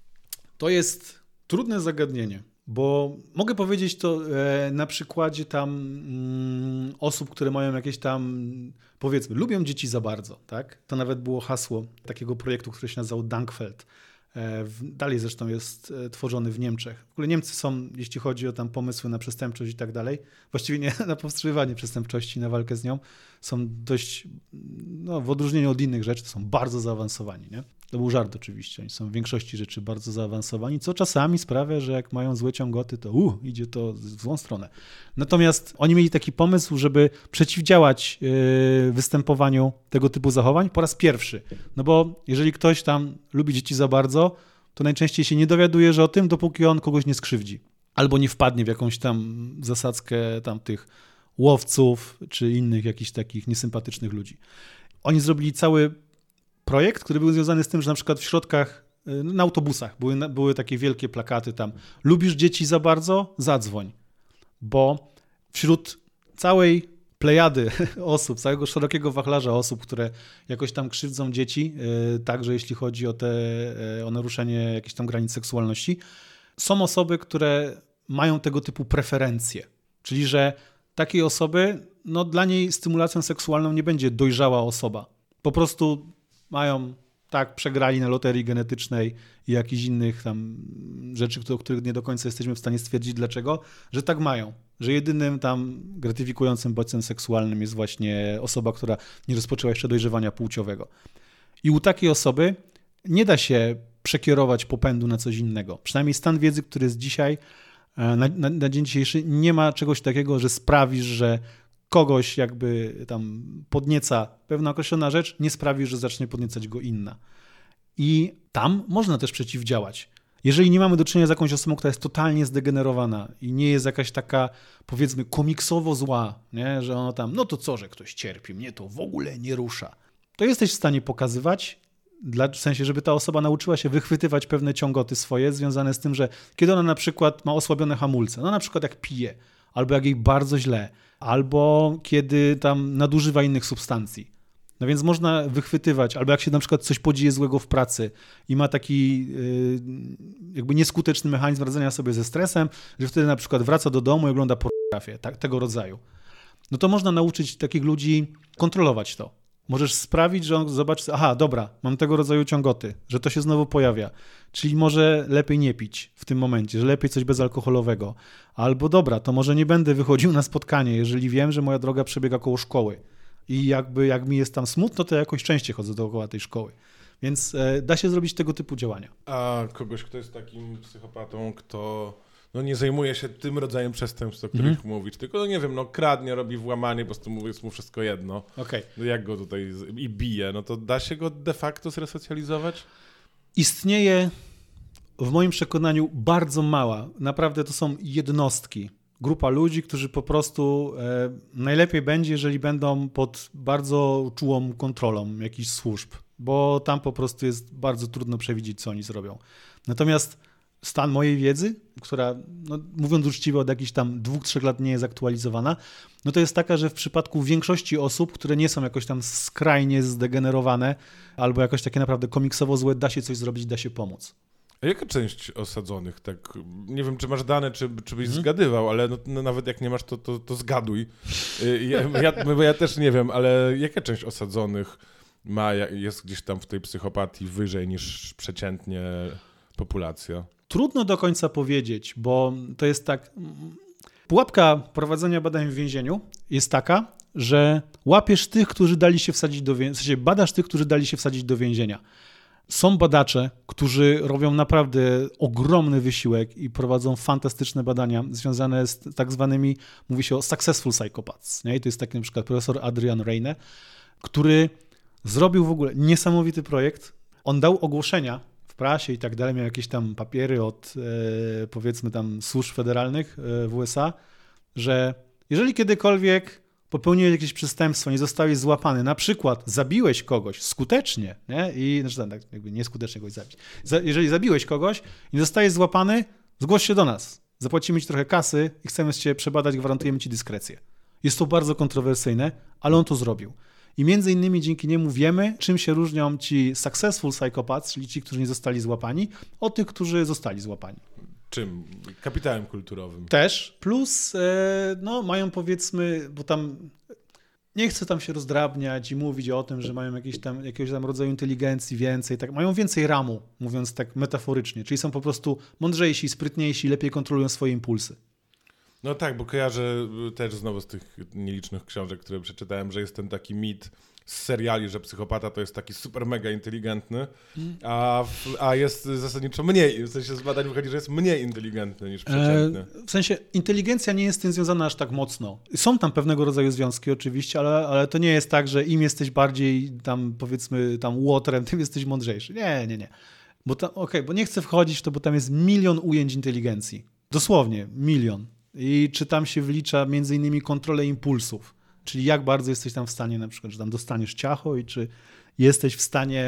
To jest trudne zagadnienie, bo mogę powiedzieć to e, na przykładzie tam mm, osób, które mają jakieś tam, powiedzmy, lubią dzieci za bardzo, tak? To nawet było hasło takiego projektu, który się nazywał Dankfeld. E, w, dalej zresztą jest e, tworzony w Niemczech. W ogóle Niemcy są, jeśli chodzi o tam pomysły na przestępczość i tak dalej, właściwie nie na powstrzymywanie przestępczości, na walkę z nią, są dość, no w odróżnieniu od innych rzeczy, to są bardzo zaawansowani, nie? To był żart oczywiście, oni są w większości rzeczy bardzo zaawansowani, co czasami sprawia, że jak mają złe ciągoty, to uh, idzie to w złą stronę. Natomiast oni mieli taki pomysł, żeby przeciwdziałać yy, występowaniu tego typu zachowań po raz pierwszy. No bo jeżeli ktoś tam lubi dzieci za bardzo, to najczęściej się nie dowiaduje, że o tym, dopóki on kogoś nie skrzywdzi. Albo nie wpadnie w jakąś tam zasadzkę tam tych łowców, czy innych jakichś takich niesympatycznych ludzi. Oni zrobili cały projekt, który był związany z tym, że na przykład w środkach, na autobusach były, były takie wielkie plakaty tam: lubisz dzieci za bardzo? Zadzwoń. Bo wśród całej plejady osób, całego szerokiego wachlarza osób, które jakoś tam krzywdzą dzieci, także jeśli chodzi o, te, o naruszenie jakichś tam granic seksualności, są osoby, które mają tego typu preferencje. Czyli, że takiej osoby, no dla niej stymulacją seksualną nie będzie dojrzała osoba. Po prostu mają, tak, przegrali na loterii genetycznej i jakichś innych tam rzeczy, o których nie do końca jesteśmy w stanie stwierdzić dlaczego, że tak mają. Że jedynym tam gratyfikującym bodźcem seksualnym jest właśnie osoba, która nie rozpoczęła jeszcze dojrzewania płciowego. I u takiej osoby nie da się przekierować popędu na coś innego. Przynajmniej stan wiedzy, który jest dzisiaj, na, na, na dzień dzisiejszy, nie ma czegoś takiego, że sprawisz, że kogoś jakby tam podnieca pewna określona rzecz, nie sprawi, że zacznie podniecać go inna. I tam można też przeciwdziałać. Jeżeli nie mamy do czynienia z jakąś osobą, która jest totalnie zdegenerowana i nie jest jakaś taka, powiedzmy, komiksowo zła, nie? Że ona tam, no to co, że ktoś cierpi, mnie to w ogóle nie rusza, to jesteś w stanie pokazywać Dla, w sensie, żeby ta osoba nauczyła się wychwytywać pewne ciągoty swoje związane z tym, że kiedy ona na przykład ma osłabione hamulce, no na przykład jak pije, albo jak jej bardzo źle, albo kiedy tam nadużywa innych substancji. No więc można wychwytywać, albo jak się na przykład coś podzieje złego w pracy i ma taki yy, jakby nieskuteczny mechanizm radzenia sobie ze stresem, że wtedy na przykład wraca do domu i ogląda pornografię, tak, tego rodzaju. No to można nauczyć takich ludzi kontrolować to. Możesz sprawić, że on zobaczy, aha, dobra, mam tego rodzaju ciągoty, że to się znowu pojawia. Czyli może lepiej nie pić w tym momencie, że lepiej coś bezalkoholowego. Albo dobra, to może nie będę wychodził na spotkanie, jeżeli wiem, że moja droga przebiega koło szkoły. I jakby jak mi jest tam smutno, to ja jakoś częściej chodzę dookoła tej szkoły. Więc e, da się zrobić tego typu działania. A kogoś, kto jest takim psychopatą, kto no, nie zajmuje się tym rodzajem przestępstw, o których mm. mówisz, tylko no nie wiem, no kradnie, robi włamanie, po prostu mówi, jest mu wszystko jedno. Okay. No, jak go tutaj z... i bije, no to da się go de facto zresocjalizować? Istnieje w moim przekonaniu bardzo mała, naprawdę to są jednostki, grupa ludzi, którzy po prostu e, najlepiej będzie, jeżeli będą pod bardzo czułą kontrolą jakichś służb, bo tam po prostu jest bardzo trudno przewidzieć, co oni zrobią. Natomiast stan mojej wiedzy, która, no, mówiąc uczciwie, od jakichś tam dwóch, trzech lat nie jest aktualizowana, no to jest taka, że w przypadku większości osób, które nie są jakoś tam skrajnie zdegenerowane albo jakoś takie naprawdę komiksowo złe, da się coś zrobić, da się pomóc. A jaka część osadzonych, tak, nie wiem, czy masz dane, czy, czy byś hmm. zgadywał, ale no, no, nawet jak nie masz, to, to, to zgaduj. Ja, ja, bo ja też nie wiem, ale jaka część osadzonych ma, jest gdzieś tam w tej psychopatii wyżej niż przeciętnie populacja? Trudno do końca powiedzieć, bo to jest tak... Pułapka prowadzenia badań w więzieniu jest taka, że łapiesz tych, którzy dali się wsadzić do więzienia, w sensie badasz tych, którzy dali się wsadzić do więzienia. Są badacze, którzy robią naprawdę ogromny wysiłek i prowadzą fantastyczne badania związane z tak zwanymi, mówi się o successful psychopaths. Nie? I to jest taki na przykład profesor Adrian Reine, który zrobił w ogóle niesamowity projekt. On dał ogłoszenia w prasie i tak dalej, miał jakieś tam papiery od e, powiedzmy tam służb federalnych e, w U S A, że jeżeli kiedykolwiek popełniłeś jakieś przestępstwo, nie zostałeś złapany, na przykład zabiłeś kogoś skutecznie, nie? I znaczy tak, jakby nieskutecznie kogoś zabić. Za, jeżeli zabiłeś kogoś i nie zostajesz złapany, zgłoś się do nas. Zapłacimy ci trochę kasy i chcemy cię przebadać, gwarantujemy ci dyskrecję. Jest to bardzo kontrowersyjne, ale on to zrobił. I między innymi dzięki niemu wiemy, czym się różnią ci successful psychopaths, czyli ci, którzy nie zostali złapani, od tych, którzy zostali złapani. Czym? Kapitałem kulturowym. Też, plus no, mają powiedzmy, bo tam nie chcę tam się rozdrabniać i mówić o tym, że mają jakieś tam, jakiegoś tam rodzaju inteligencji więcej, tak, mają więcej ramu, mówiąc tak metaforycznie, czyli są po prostu mądrzejsi, sprytniejsi, lepiej kontrolują swoje impulsy. No tak, bo kojarzę też znowu z tych nielicznych książek, które przeczytałem, że jest ten taki mit z seriali, że psychopata to jest taki super mega inteligentny, a, w, a jest zasadniczo mniej, w sensie z badań wychodzi, że jest mniej inteligentny niż przeciętny. E, w sensie inteligencja nie jest z tym związana aż tak mocno. Są tam pewnego rodzaju związki oczywiście, ale, ale to nie jest tak, że im jesteś bardziej tam powiedzmy tam łotrem, tym jesteś mądrzejszy. Nie, nie, nie. Bo tam, okej, okay, bo nie chcę wchodzić w to, bo tam jest milion ujęć inteligencji. Dosłownie milion. I czy tam się wlicza między innymi kontrolę impulsów, czyli jak bardzo jesteś tam w stanie na przykład, że tam dostaniesz ciacho i czy jesteś w stanie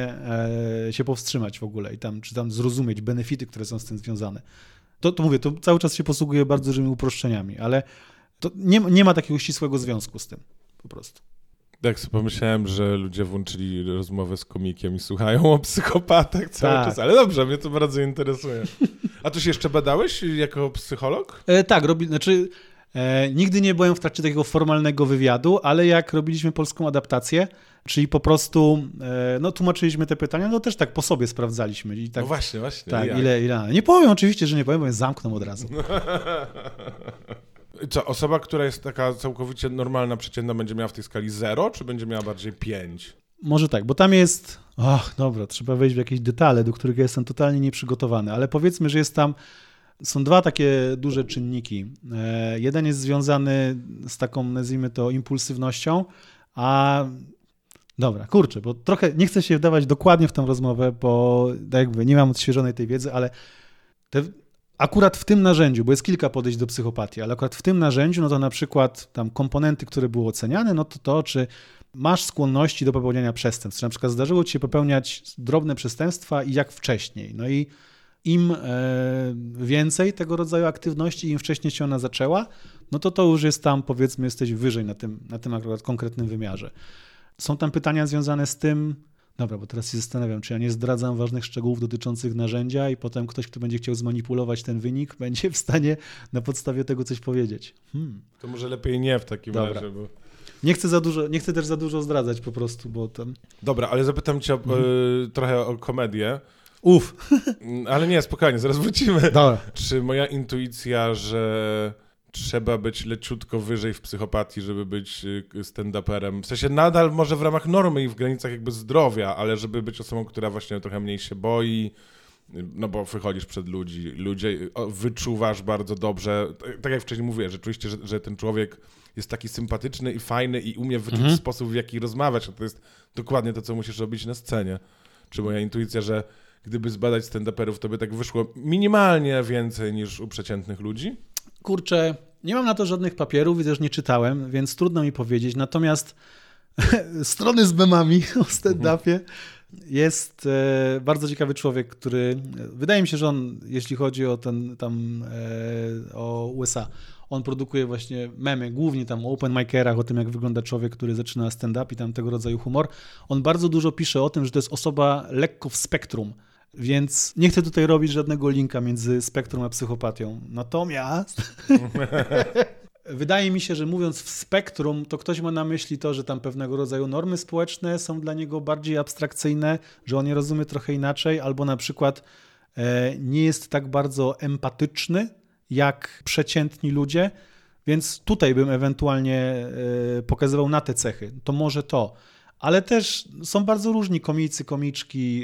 e, się powstrzymać w ogóle i tam, czy tam zrozumieć benefity, które są z tym związane. To, to mówię, to cały czas się posługuje bardzo dużymi uproszczeniami, ale to nie, nie ma takiego ścisłego związku z tym po prostu. Tak sobie pomyślałem, że ludzie włączyli rozmowę z komikiem i słuchają o psychopatach cały tak. czas, ale dobrze, mnie to bardzo interesuje. A tu się jeszcze badałeś jako psycholog? E, tak, robi, znaczy e, nigdy nie byłem w trakcie takiego formalnego wywiadu, ale jak robiliśmy polską adaptację, czyli po prostu e, no, tłumaczyliśmy te pytania, no też tak po sobie sprawdzaliśmy. I tak, no właśnie, właśnie. Tak, ile, ile. Nie powiem oczywiście, że nie powiem, bo mnie zamkną od razu. Co, osoba, która jest taka całkowicie normalna, przeciętna, będzie miała w tej skali zero, czy będzie miała bardziej pięć? Może tak, bo tam jest... Ach, dobra, trzeba wejść w jakieś detale, do których ja jestem totalnie nieprzygotowany, ale powiedzmy, że jest tam... Są dwa takie duże czynniki. E, jeden jest związany z taką, nazwijmy to, impulsywnością, a... Dobra, kurczę, bo trochę nie chcę się wdawać dokładnie w tę rozmowę, bo jakby nie mam odświeżonej tej wiedzy, ale te... akurat w tym narzędziu, bo jest kilka podejść do psychopatii, ale akurat w tym narzędziu, no to na przykład tam komponenty, które były oceniane, no to to, czy masz skłonności do popełniania przestępstw, czy na przykład zdarzyło ci się popełniać drobne przestępstwa i jak wcześniej. No i im więcej tego rodzaju aktywności, im wcześniej się ona zaczęła, no to to już jest tam, powiedzmy, jesteś wyżej na tym, na tym akurat konkretnym wymiarze. Są tam pytania związane z tym, dobra, bo teraz się zastanawiam, czy ja nie zdradzam ważnych szczegółów dotyczących narzędzia i potem ktoś, kto będzie chciał zmanipulować ten wynik, będzie w stanie na podstawie tego coś powiedzieć. Hmm. To może lepiej nie w takim Dobra. razie, bo... Nie chcę za dużo, nie chcę też za dużo zdradzać po prostu, bo tam... Dobra, ale zapytam cię mhm. y, trochę o komedię. Uf. Ale nie, spokojnie, zaraz wrócimy. Dobra. Czy moja intuicja, że trzeba być leciutko wyżej w psychopatii, żeby być stand-uperem, w sensie nadal może w ramach normy i w granicach jakby zdrowia, ale żeby być osobą, która właśnie trochę mniej się boi, no bo wychodzisz przed ludzi, ludzie, wyczuwasz bardzo dobrze, tak jak wcześniej mówiłem, że czuliście, że, że ten człowiek jest taki sympatyczny i fajny i umie wyczuć mhm. sposób, w jaki rozmawiać, a to jest dokładnie to, co musisz robić na scenie. Czy moja intuicja, że gdyby zbadać stand-uperów, to by tak wyszło minimalnie więcej niż u przeciętnych ludzi? Kurczę, nie mam na to żadnych papierów i też nie czytałem, więc trudno mi powiedzieć. Natomiast strony z memami o stand-upie jest e, bardzo ciekawy człowiek, który wydaje mi się, że on, jeśli chodzi o ten tam e, o U S A, on produkuje właśnie memy, głównie tam o open micerach, o tym, jak wygląda człowiek, który zaczyna stand-up i tam tego rodzaju humor. On bardzo dużo pisze o tym, że to jest osoba lekko w spektrum, więc nie chcę tutaj robić żadnego linka między spektrum a psychopatią. Natomiast wydaje mi się, że mówiąc w spektrum, to ktoś ma na myśli to, że tam pewnego rodzaju normy społeczne są dla niego bardziej abstrakcyjne, że on je rozumie trochę inaczej, albo na przykład e, nie jest tak bardzo empatyczny, jak przeciętni ludzie, więc tutaj bym ewentualnie pokazywał na te cechy. To może to. Ale też są bardzo różni komicy, komiczki.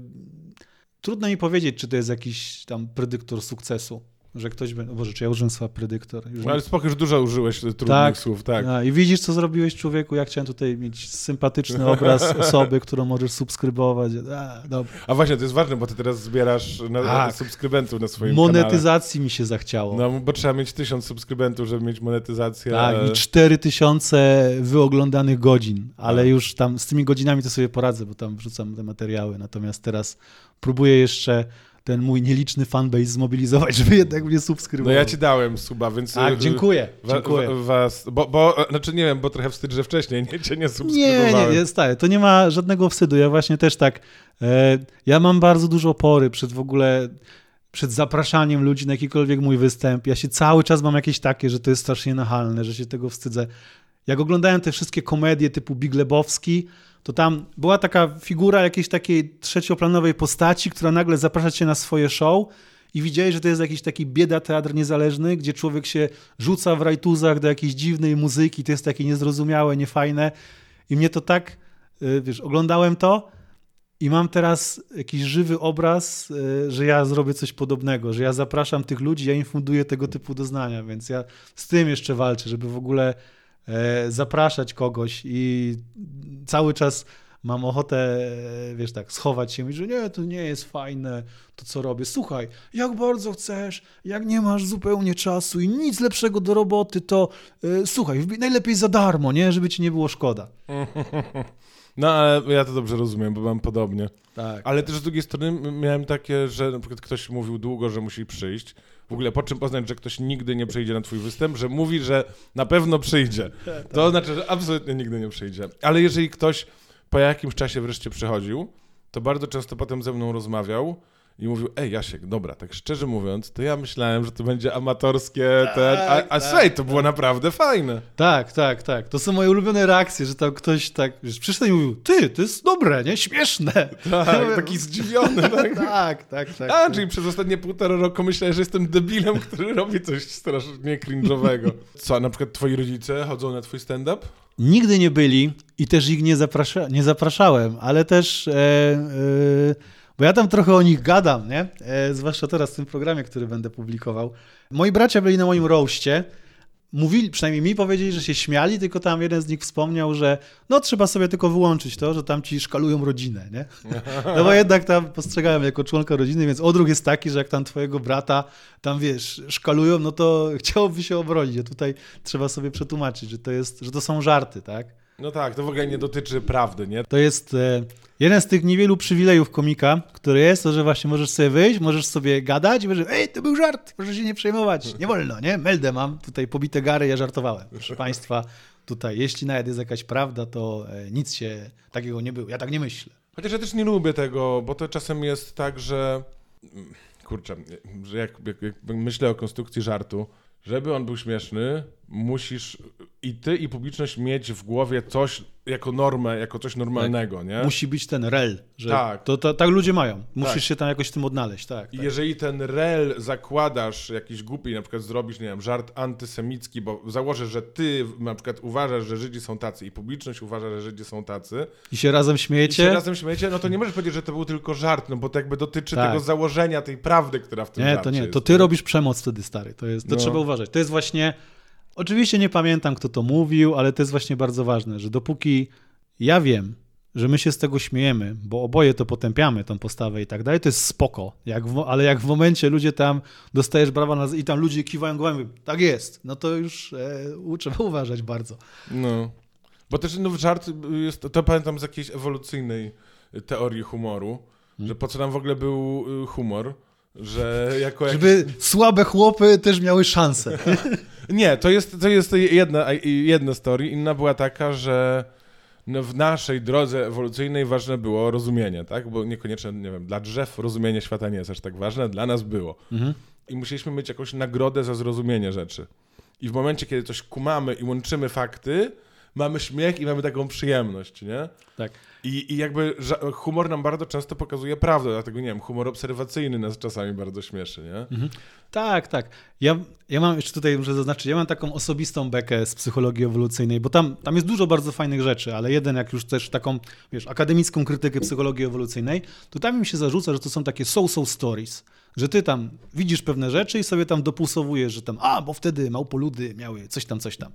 Trudno mi powiedzieć, czy to jest jakiś tam predyktor sukcesu, że ktoś będzie... O Boże, czy ja użyłem słowa predyktor? Już ale spoko, już dużo użyłeś trudnych tak, słów, tak. A, i widzisz, co zrobiłeś, człowieku? Ja chciałem tutaj mieć sympatyczny obraz osoby, którą możesz subskrybować. A, dobra. A właśnie, to jest ważne, bo ty teraz zbierasz na, tak. subskrybentów na swoim Monetyzacji kanale. Mi się zachciało. No, bo trzeba mieć tysiąc subskrybentów, żeby mieć monetyzację. Tak, i cztery tysiące wyoglądanych godzin, ale tak. już tam z tymi godzinami to sobie poradzę, bo tam wrzucam te materiały, natomiast teraz próbuję jeszcze ten mój nieliczny fanbase zmobilizować, żeby jednak mnie subskrybował. No ja ci dałem suba, więc... Tak, dziękuję, wa, dziękuję. Wa, was, bo, bo, znaczy nie wiem, bo trochę wstyd, że wcześniej nie, cię nie subskrybowałem. Nie, nie, jest tak, to nie ma żadnego wstydu. Ja właśnie też tak, e, ja mam bardzo dużo opory przed w ogóle, przed zapraszaniem ludzi na jakikolwiek mój występ. Ja się cały czas mam jakieś takie, że to jest strasznie nachalne, że się tego wstydzę. Jak oglądałem te wszystkie komedie typu Big Lebowski, to tam była taka figura jakiejś takiej trzecioplanowej postaci, która nagle zaprasza cię na swoje show i widziałeś, że to jest jakiś taki bieda teatr niezależny, gdzie człowiek się rzuca w rajtuzach do jakiejś dziwnej muzyki, to jest takie niezrozumiałe, niefajne i mnie to tak, wiesz, oglądałem to i mam teraz jakiś żywy obraz, że ja zrobię coś podobnego, że ja zapraszam tych ludzi, ja im funduję tego typu doznania, więc ja z tym jeszcze walczę, żeby w ogóle zapraszać kogoś i cały czas mam ochotę, wiesz tak, schować się i że nie, to nie jest fajne, to co robię. Słuchaj, jak bardzo chcesz, jak nie masz zupełnie czasu i nic lepszego do roboty, to yy, słuchaj, najlepiej za darmo, nie, żeby ci nie było szkoda. No, ale ja to dobrze rozumiem, bo mam podobnie. Tak. Ale też z drugiej strony miałem takie, że na przykład ktoś mówił długo, że musi przyjść. W ogóle po czym poznać, że ktoś nigdy nie przyjdzie na twój występ, że mówi, że na pewno przyjdzie. To znaczy, że absolutnie nigdy nie przyjdzie. Ale jeżeli ktoś po jakimś czasie wreszcie przychodził, to bardzo często potem ze mną rozmawiał i mówił, ej Jasiek, dobra, tak szczerze mówiąc, to ja myślałem, że to będzie amatorskie, ten, a, a tak, słuchaj, to tak. było naprawdę fajne. Tak, tak, tak. To są moje ulubione reakcje, że tam ktoś tak, wiesz, przyszedł i mówił, ty, to jest dobre, nie? Śmieszne. Tak, taki zdziwiony. Tak, tak, tak. tak a, tak. Czyli przez ostatnie półtora roku myślałem, że jestem debilem, który robi coś strasznie cringe'owego. Co, na przykład twoi rodzice chodzą na twój stand-up? Nigdy nie byli i też ich nie, zaprasza, nie zapraszałem, ale też... E, e, Bo ja tam trochę o nich gadam, nie? E, zwłaszcza teraz w tym programie, który będę publikował. Moi bracia byli na moim roaście. mówili, przynajmniej mi powiedzieli, że się śmiali, tylko tam jeden z nich wspomniał, że no trzeba sobie tylko wyłączyć to, że tam ci szkalują rodzinę, nie? No bo jednak tam postrzegałem jako członka rodziny, więc odruch jest taki, że jak tam twojego brata tam, wiesz, szkalują, no to chciałoby się obronić, a tutaj trzeba sobie przetłumaczyć, że to jest, że to są żarty, tak? No tak, to w ogóle nie dotyczy prawdy, nie? To jest e, jeden z tych niewielu przywilejów komika, który jest, to, że właśnie możesz sobie wyjść, możesz sobie gadać i możesz, ej, to był żart, proszę się nie przejmować, nie wolno, nie? Meldę mam, tutaj pobite gary, ja żartowałem. Proszę państwa, tutaj, jeśli nawet jest jakaś prawda, to e, nic się takiego nie było, ja tak nie myślę. Chociaż ja też nie lubię tego, bo to czasem jest tak, że kurczę, że jak, jak, jak myślę o konstrukcji żartu, żeby on był śmieszny, musisz i ty, i publiczność mieć w głowie coś jako normę, jako coś normalnego, tak. Nie? Musi być ten rel, że tak. To, to, tak ludzie mają. Musisz tak. się tam jakoś w tym odnaleźć, tak. I tak. jeżeli ten rel zakładasz jakiś głupi, na przykład zrobisz, nie wiem, żart antysemicki, bo założysz, że ty na przykład uważasz, że Żydzi są tacy i publiczność uważa, że Żydzi są tacy. I się razem śmiejecie. I się razem śmiejecie, no to nie możesz powiedzieć, że to był tylko żart, no bo to jakby dotyczy tak. tego założenia, tej prawdy, która w tym nie, żarcie to nie, jest. to ty robisz przemoc wtedy, stary. To jest, to no. trzeba uważać. To jest właśnie, oczywiście nie pamiętam, kto to mówił, ale to jest właśnie bardzo ważne, że dopóki ja wiem, że my się z tego śmiejemy, bo oboje to potępiamy, tą postawę i tak dalej, to jest spoko. Jak w, ale jak w momencie ludzie tam dostajesz brawa na, i tam ludzie kiwają głowami, tak jest, no to już e, trzeba uważać bardzo. No, bo też no, żart jest, to pamiętam z jakiejś ewolucyjnej teorii humoru, hmm. że po co nam w ogóle był humor, że jako Żeby jakiś... słabe chłopy też miały szansę. Nie, to jest, to jest jedna, jedna z teorii, inna była taka, że no w naszej drodze ewolucyjnej ważne było rozumienie, tak? Bo niekoniecznie, nie wiem, dla drzew rozumienie świata nie jest aż tak ważne, dla nas było. Mhm. I musieliśmy mieć jakąś nagrodę za zrozumienie rzeczy. I w momencie, kiedy coś kumamy i łączymy fakty, mamy śmiech i mamy taką przyjemność, nie? Tak. I, i jakby humor nam bardzo często pokazuje prawdę, dlatego nie wiem, humor obserwacyjny nas czasami bardzo śmieszy, nie? Mhm. Tak, tak. Ja, ja mam jeszcze tutaj, muszę zaznaczyć, ja mam taką osobistą bekę z psychologii ewolucyjnej, bo tam, tam jest dużo bardzo fajnych rzeczy, ale jeden, jak już też taką, wiesz, akademicką krytykę psychologii ewolucyjnej, to tam mi się zarzuca, że to są takie so-so stories, że ty tam widzisz pewne rzeczy i sobie tam dopulsowujesz, że tam, a, bo wtedy małpoludy miały coś tam, coś tam.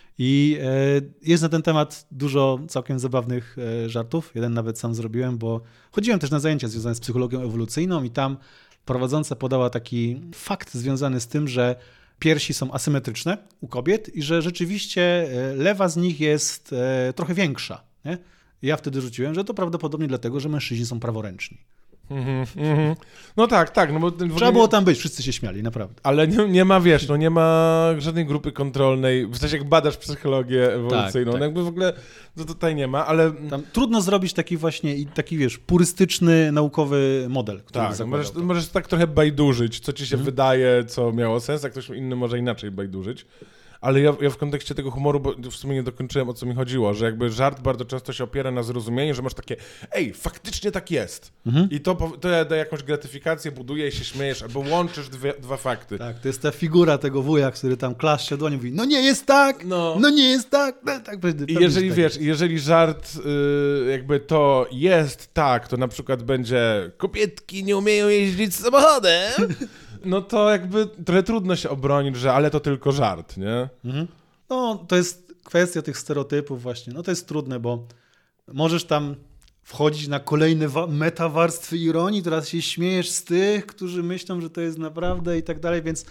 I e, jest na ten temat dużo całkiem zabawnych e, żartów. Jeden nawet sam zrobiłem, bo chodziłem też na zajęcia związane z psychologią ewolucyjną i tam prowadząca podała taki fakt związany z tym, że piersi są asymetryczne u kobiet i że rzeczywiście e, lewa z nich jest e, trochę większa. Nie? I ja wtedy rzuciłem, że to prawdopodobnie dlatego, że mężczyźni są praworęczni. Mm-hmm, mm-hmm. No tak, tak. No bo Trzeba było tam być, wszyscy się śmiali, naprawdę. Ale nie, nie ma, wiesz, no nie ma żadnej grupy kontrolnej, w sensie jak badasz psychologię ewolucyjną, tak, tak. No jakby w ogóle to tutaj nie ma, ale... Tam trudno zrobić taki właśnie, taki wiesz, purystyczny, naukowy model, który tak, możesz, możesz tak trochę bajdurzyć, co ci się hmm. wydaje, co miało sens, a ktoś inny może inaczej bajdurzyć. Ale ja, ja w kontekście tego humoru, bo w sumie nie dokończyłem, o co mi chodziło, że jakby żart bardzo często się opiera na zrozumieniu, że masz takie, ej, faktycznie tak jest. Mhm. I to, to daje jakąś gratyfikację, buduje i się śmiejesz, albo łączysz dwie, dwa fakty. Tak, to jest ta figura tego wuja, który tam klaszcze dłonią i mówi, no nie jest tak, no, no nie jest tak. No, tak I jeżeli tak wiesz, jest. jeżeli żart yy, jakby to jest tak, to na przykład będzie kobietki nie umieją jeździć samochodem, no to jakby trochę trudno się obronić, że ale to tylko żart, nie? Mhm. No, to jest kwestia tych stereotypów właśnie. No to jest trudne, bo możesz tam wchodzić na kolejne wa- metawarstwy ironii, teraz się śmiejesz z tych, którzy myślą, że to jest naprawdę i tak dalej, więc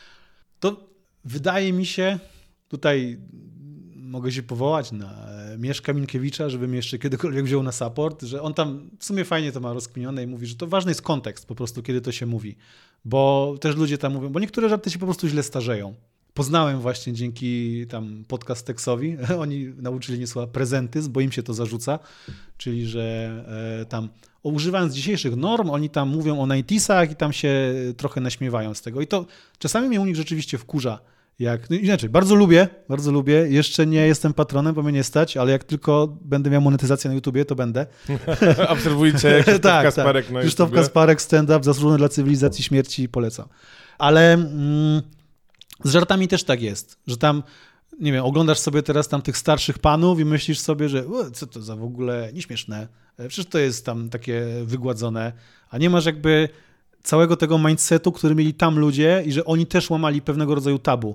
to wydaje mi się, tutaj mogę się powołać na Mieszka Minkiewicza, żebym jeszcze kiedykolwiek wziął na support, że on tam w sumie fajnie to ma rozkminione i mówi, że to ważny jest kontekst po prostu, kiedy to się mówi. Bo też ludzie tam mówią, bo niektóre żarty się po prostu źle starzeją. Poznałem właśnie dzięki tam podcast Teksowi, oni nauczyli mnie słowa prezentyzm, bo im się to zarzuca, czyli że e, tam o, używając dzisiejszych norm, oni tam mówią o ninetyzach i tam się trochę naśmiewają z tego. I to czasami mnie u nich rzeczywiście wkurza. Jak, no inaczej, bardzo lubię, bardzo lubię. Jeszcze nie jestem patronem, bo mnie nie stać, ale jak tylko będę miał monetyzację na YouTubie, to będę. Obserwujcie Krzysztof tak, Kasparek tak. na Krzysztof Kasparek, stand-up, zasłużony dla cywilizacji śmierci, polecam. Ale mm, z żartami też tak jest, że tam, nie wiem, oglądasz sobie teraz tam tych starszych panów i myślisz sobie, że co to za w ogóle nieśmieszne, przecież to jest tam takie wygładzone, a nie masz jakby całego tego mindsetu, który mieli tam ludzie i że oni też łamali pewnego rodzaju tabu.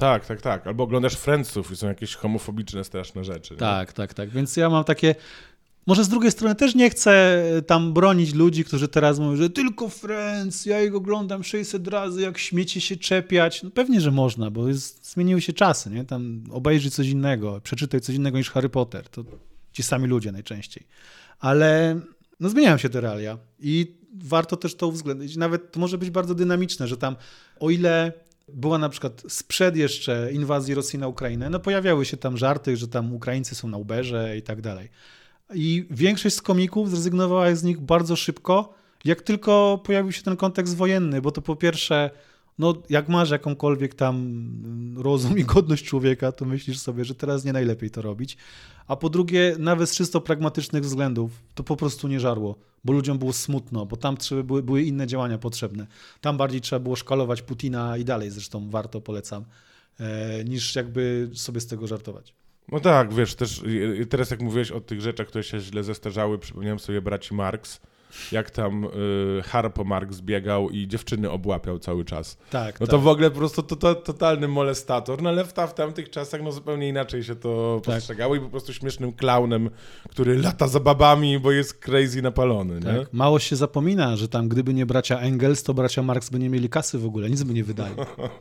Tak, tak, tak. Albo oglądasz Friendsów i są jakieś homofobiczne, straszne rzeczy. Tak, nie? tak, tak. Więc ja mam takie... Może z drugiej strony też nie chcę tam bronić ludzi, którzy teraz mówią, że tylko Friends, ja ich oglądam sześćset razy, jak śmiecie się czepiać. No pewnie, że można, bo jest, zmieniły się czasy, nie? Tam obejrzyj coś innego, przeczytaj coś innego niż Harry Potter. To ci sami ludzie najczęściej. Ale no zmieniają się te realia i warto też to uwzględnić. Nawet to może być bardzo dynamiczne, że tam o ile była na przykład sprzed jeszcze inwazji Rosji na Ukrainę, no pojawiały się tam żarty, że tam Ukraińcy są na Uberze i tak dalej. I większość z komików zrezygnowała z nich bardzo szybko, jak tylko pojawił się ten kontekst wojenny, bo to po pierwsze, no jak masz jakąkolwiek tam rozum i godność człowieka, to myślisz sobie, że teraz nie najlepiej to robić, a po drugie, nawet z czysto pragmatycznych względów, to po prostu nie żarło, bo ludziom było smutno, bo tam trzeba, były, były inne działania potrzebne. Tam bardziej trzeba było szkalować Putina i dalej, zresztą warto, polecam, e, niż jakby sobie z tego żartować. No tak, wiesz, też teraz jak mówiłeś o tych rzeczach, które się źle zestarzały, przypomniałem sobie braci Marx, jak tam y, Harpo Marx biegał i dziewczyny obłapiał cały czas. Tak, No tak. to w ogóle po prostu to, to, totalny molestator, no ale w, ta, w tamtych czasach no zupełnie inaczej się to Tak. postrzegało i po prostu śmiesznym klaunem, który lata za babami, bo jest crazy napalony, nie? Tak. Mało się zapomina, że tam gdyby nie bracia Engels, to bracia Marx by nie mieli kasy w ogóle, nic by nie wydali.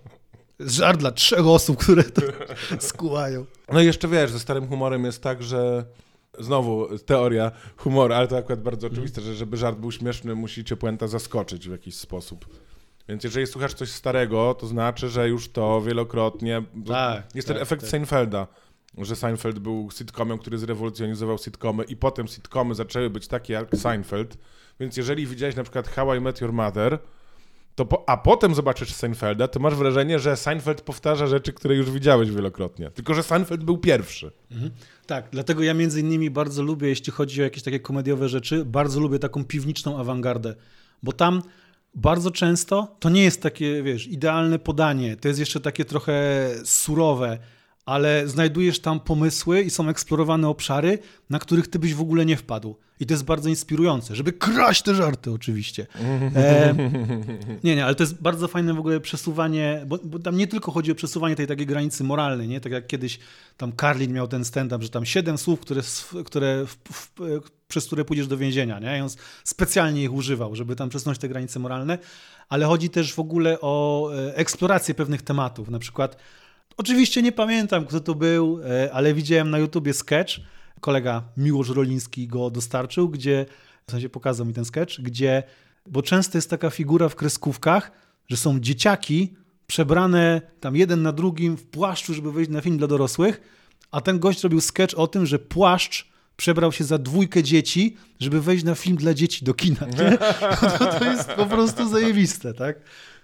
Żart dla trzech osób, które to skułają. No i jeszcze wiesz, ze starym humorem jest tak, że znowu teoria humoru, ale to akurat bardzo oczywiste, że żeby żart był śmieszny, musi cię puenta zaskoczyć w jakiś sposób. Więc jeżeli słuchasz coś starego, to znaczy, że już to wielokrotnie... Tak, jest tak, ten efekt tak. Seinfelda, że Seinfeld był sitcomem, który zrewolucjonizował sitcomy i potem sitcomy zaczęły być takie jak Seinfeld. Więc jeżeli widziałeś na przykład How I Met Your Mother, to po, a potem zobaczysz Seinfelda, to masz wrażenie, że Seinfeld powtarza rzeczy, które już widziałeś wielokrotnie. Tylko że Seinfeld był pierwszy. Mhm. Tak, dlatego ja między innymi bardzo lubię, jeśli chodzi o jakieś takie komediowe rzeczy, bardzo lubię taką piwniczną awangardę, bo tam bardzo często to nie jest takie, wiesz, idealne podanie, to jest jeszcze takie trochę surowe, ale znajdujesz tam pomysły i są eksplorowane obszary, na których ty byś w ogóle nie wpadł. I to jest bardzo inspirujące, żeby kraść te żarty oczywiście. E, nie, nie, ale to jest bardzo fajne w ogóle przesuwanie, bo, bo tam nie tylko chodzi o przesuwanie tej takiej granicy moralnej, nie? Tak jak kiedyś tam Carlin miał ten stand-up, że tam siedem słów, które, które w, w, przez które pójdziesz do więzienia, nie? I on specjalnie ich używał, żeby tam przesunąć te granice moralne, ale chodzi też w ogóle o eksplorację pewnych tematów, na przykład oczywiście nie pamiętam, kto to był, ale widziałem na YouTubie sketch, kolega Miłosz Roliński go dostarczył, gdzie, w sensie pokazał mi ten sketch, gdzie, bo często jest taka figura w kreskówkach, że są dzieciaki przebrane tam jeden na drugim w płaszczu, żeby wejść na film dla dorosłych, a ten gość robił sketch o tym, że płaszcz przebrał się za dwójkę dzieci, żeby wejść na film dla dzieci do kina. Nie? To, to jest po prostu zajebiste, tak?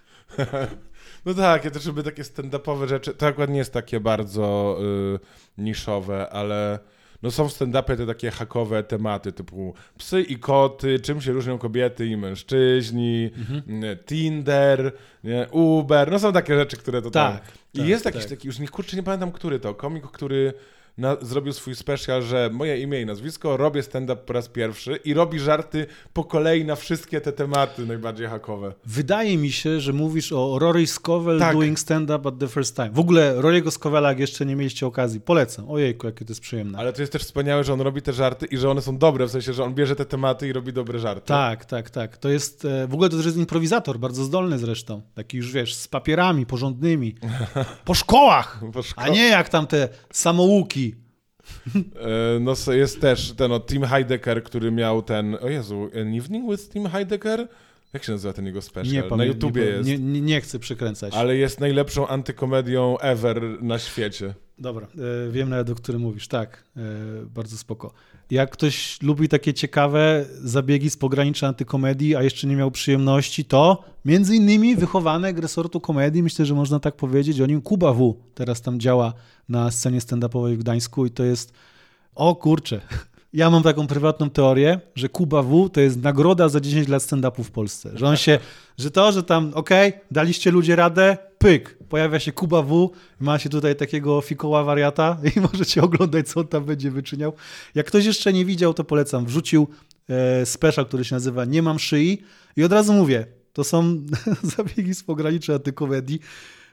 No tak, ja też lubię takie stand-upowe rzeczy. To akurat nie jest takie bardzo y, niszowe, ale no są w stand-upie te takie hakowe tematy typu psy i koty, czym się różnią kobiety i mężczyźni, mhm. Tinder, nie, Uber, no są takie rzeczy, które to tak, tam... I tak, jest jakiś tak. taki, już nie, kurczę, nie pamiętam, który to, komik, który... Na, zrobił swój special, że moje imię i nazwisko, robię stand-up po raz pierwszy i robi żarty po kolei na wszystkie te tematy najbardziej hakowe. Wydaje mi się, że mówisz o Rory Scovel tak. doing stand-up at the first time. W ogóle Rory'ego Scovella, jak jeszcze nie mieliście okazji, polecam. Ojejku, jakie to jest przyjemne. Ale to jest też wspaniałe, że on robi te żarty i że one są dobre, w sensie, że on bierze te tematy i robi dobre żarty. Tak, tak, tak. To jest, w ogóle to też jest improwizator, bardzo zdolny zresztą. Taki już, wiesz, z papierami porządnymi. Po szkołach! Po szko- A nie jak tam te samouki. No jest też ten o Tim Heidecker, który miał ten, o Jezu, An Evening with Tim Heidecker? Jak się nazywa ten jego special? Nie na pamię- YouTubie nie, jest. Nie, nie, nie chcę przekręcać. Ale jest najlepszą antykomedią ever na świecie. Dobra, e, wiem nawet, o którym mówisz. Tak, e, bardzo spoko. Jak ktoś lubi takie ciekawe zabiegi z pogranicza antykomedii, a jeszcze nie miał przyjemności, to między innymi wychowanek resortu komedii, myślę, że można tak powiedzieć o nim, Kuba W. Teraz tam działa na scenie stand-upowej w Gdańsku i to jest, o kurczę, ja mam taką prywatną teorię, że Kuba W. to jest nagroda za dziesięć lat stand-upu w Polsce. Że on się, że to, że tam, okej, okay, daliście ludzie radę, pyk, pojawia się Kuba W., ma się tutaj takiego fikoła wariata i możecie oglądać, co on tam będzie wyczyniał. Jak ktoś jeszcze nie widział, to polecam. Wrzucił e, special, który się nazywa Nie mam szyi i od razu mówię, to są zabiegi z pogranicza antykomedii.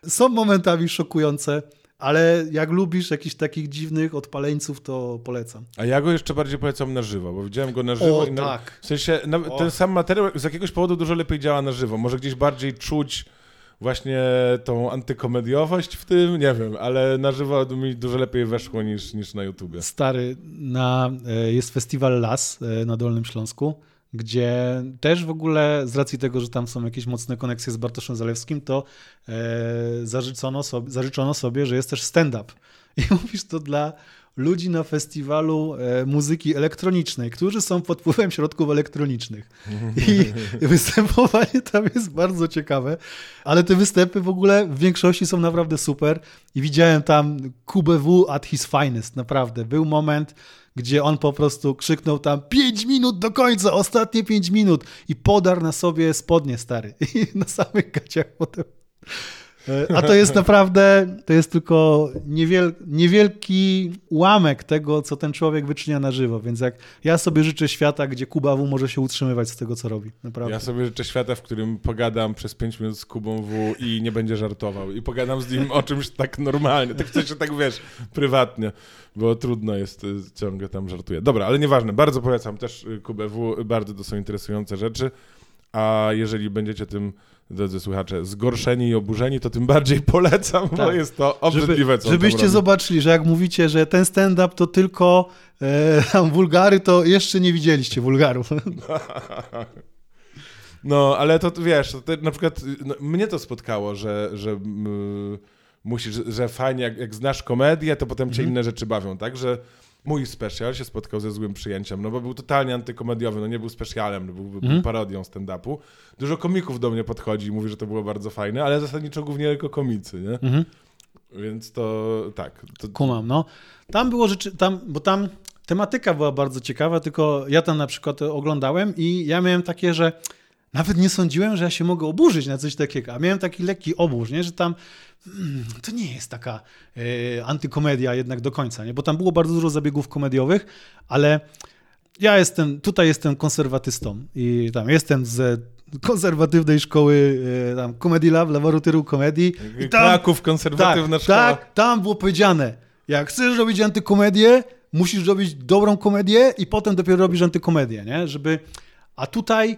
Są momentami szokujące, ale jak lubisz jakichś takich dziwnych odpaleńców, to polecam. A ja go jeszcze bardziej polecam na żywo, bo widziałem go na żywo. O, i na, tak. W sensie na, ten sam materiał z jakiegoś powodu dużo lepiej działa na żywo. Może gdzieś bardziej czuć właśnie tą antykomediowość w tym, nie wiem, ale na żywo mi dużo lepiej weszło niż, niż na YouTubie. Stary, na, jest festiwal Las na Dolnym Śląsku, gdzie też w ogóle z racji tego, że tam są jakieś mocne koneksje z Bartoszem Zalewskim, to e, zażyczono, sobie, zażyczono sobie, że jest też stand-up. I mówisz to dla ludzi na festiwalu e, muzyki elektronicznej, którzy są pod wpływem środków elektronicznych. I występowanie tam jest bardzo ciekawe, ale te występy w ogóle w większości są naprawdę super i widziałem tam Kubę W at his finest, naprawdę. Był moment, gdzie on po prostu krzyknął tam pięć minut do końca, ostatnie pięć minut i podarł na sobie spodnie, stary. I na samych gaciach potem. A to jest naprawdę, to jest tylko niewiel, niewielki ułamek tego, co ten człowiek wyczynia na żywo, więc jak ja sobie życzę świata, gdzie Kuba W może się utrzymywać z tego, co robi, naprawdę. Ja sobie życzę świata, w którym pogadam przez pięć minut z Kubą W i nie będzie żartował i pogadam z nim o czymś tak normalnie, tak w sensie tak wiesz, prywatnie, bo trudno jest, ciągle tam żartuje. Dobra, ale nieważne, bardzo polecam też Kubę W, bardzo to są interesujące rzeczy, a jeżeli będziecie tym, drodzy słuchacze, zgorszeni i oburzeni, to tym bardziej polecam, tak, bo jest to obrzydliwe, Żeby, co Żebyście zobaczyli, że jak mówicie, że ten stand-up to tylko e, tam wulgary, to jeszcze nie widzieliście wulgarów. No, ale to wiesz, to te, na przykład no, mnie to spotkało, że, że yy, musisz, że fajnie, jak, jak znasz komedię, to potem cię mm. inne rzeczy bawią, tak, że mój special się spotkał ze złym przyjęciem, no bo był totalnie antykomediowy, no nie był specialem, no był, był mm. parodią stand-upu. Dużo komików do mnie podchodzi i mówi, że to było bardzo fajne, ale zasadniczo głównie tylko komicy, nie? Mm. Więc to tak. To... Kumam, no. Tam było rzeczy, tam, bo tam tematyka była bardzo ciekawa, tylko ja tam na przykład oglądałem i ja miałem takie, że nawet nie sądziłem, że ja się mogę oburzyć na coś takiego, a miałem taki lekki obóz, nie? Że tam hmm, to nie jest taka e, antykomedia jednak do końca, nie? Bo tam było bardzo dużo zabiegów komediowych, ale ja jestem, tutaj jestem konserwatystą i tam jestem z konserwatywnej szkoły e, tam Comedy Lab, Laboratorium Komedii. I tam, Kraków, konserwatywna tak, szkoła. Tak, tam było powiedziane, jak chcesz robić antykomedię, musisz robić dobrą komedię i potem dopiero robisz antykomedię, nie? Żeby, a tutaj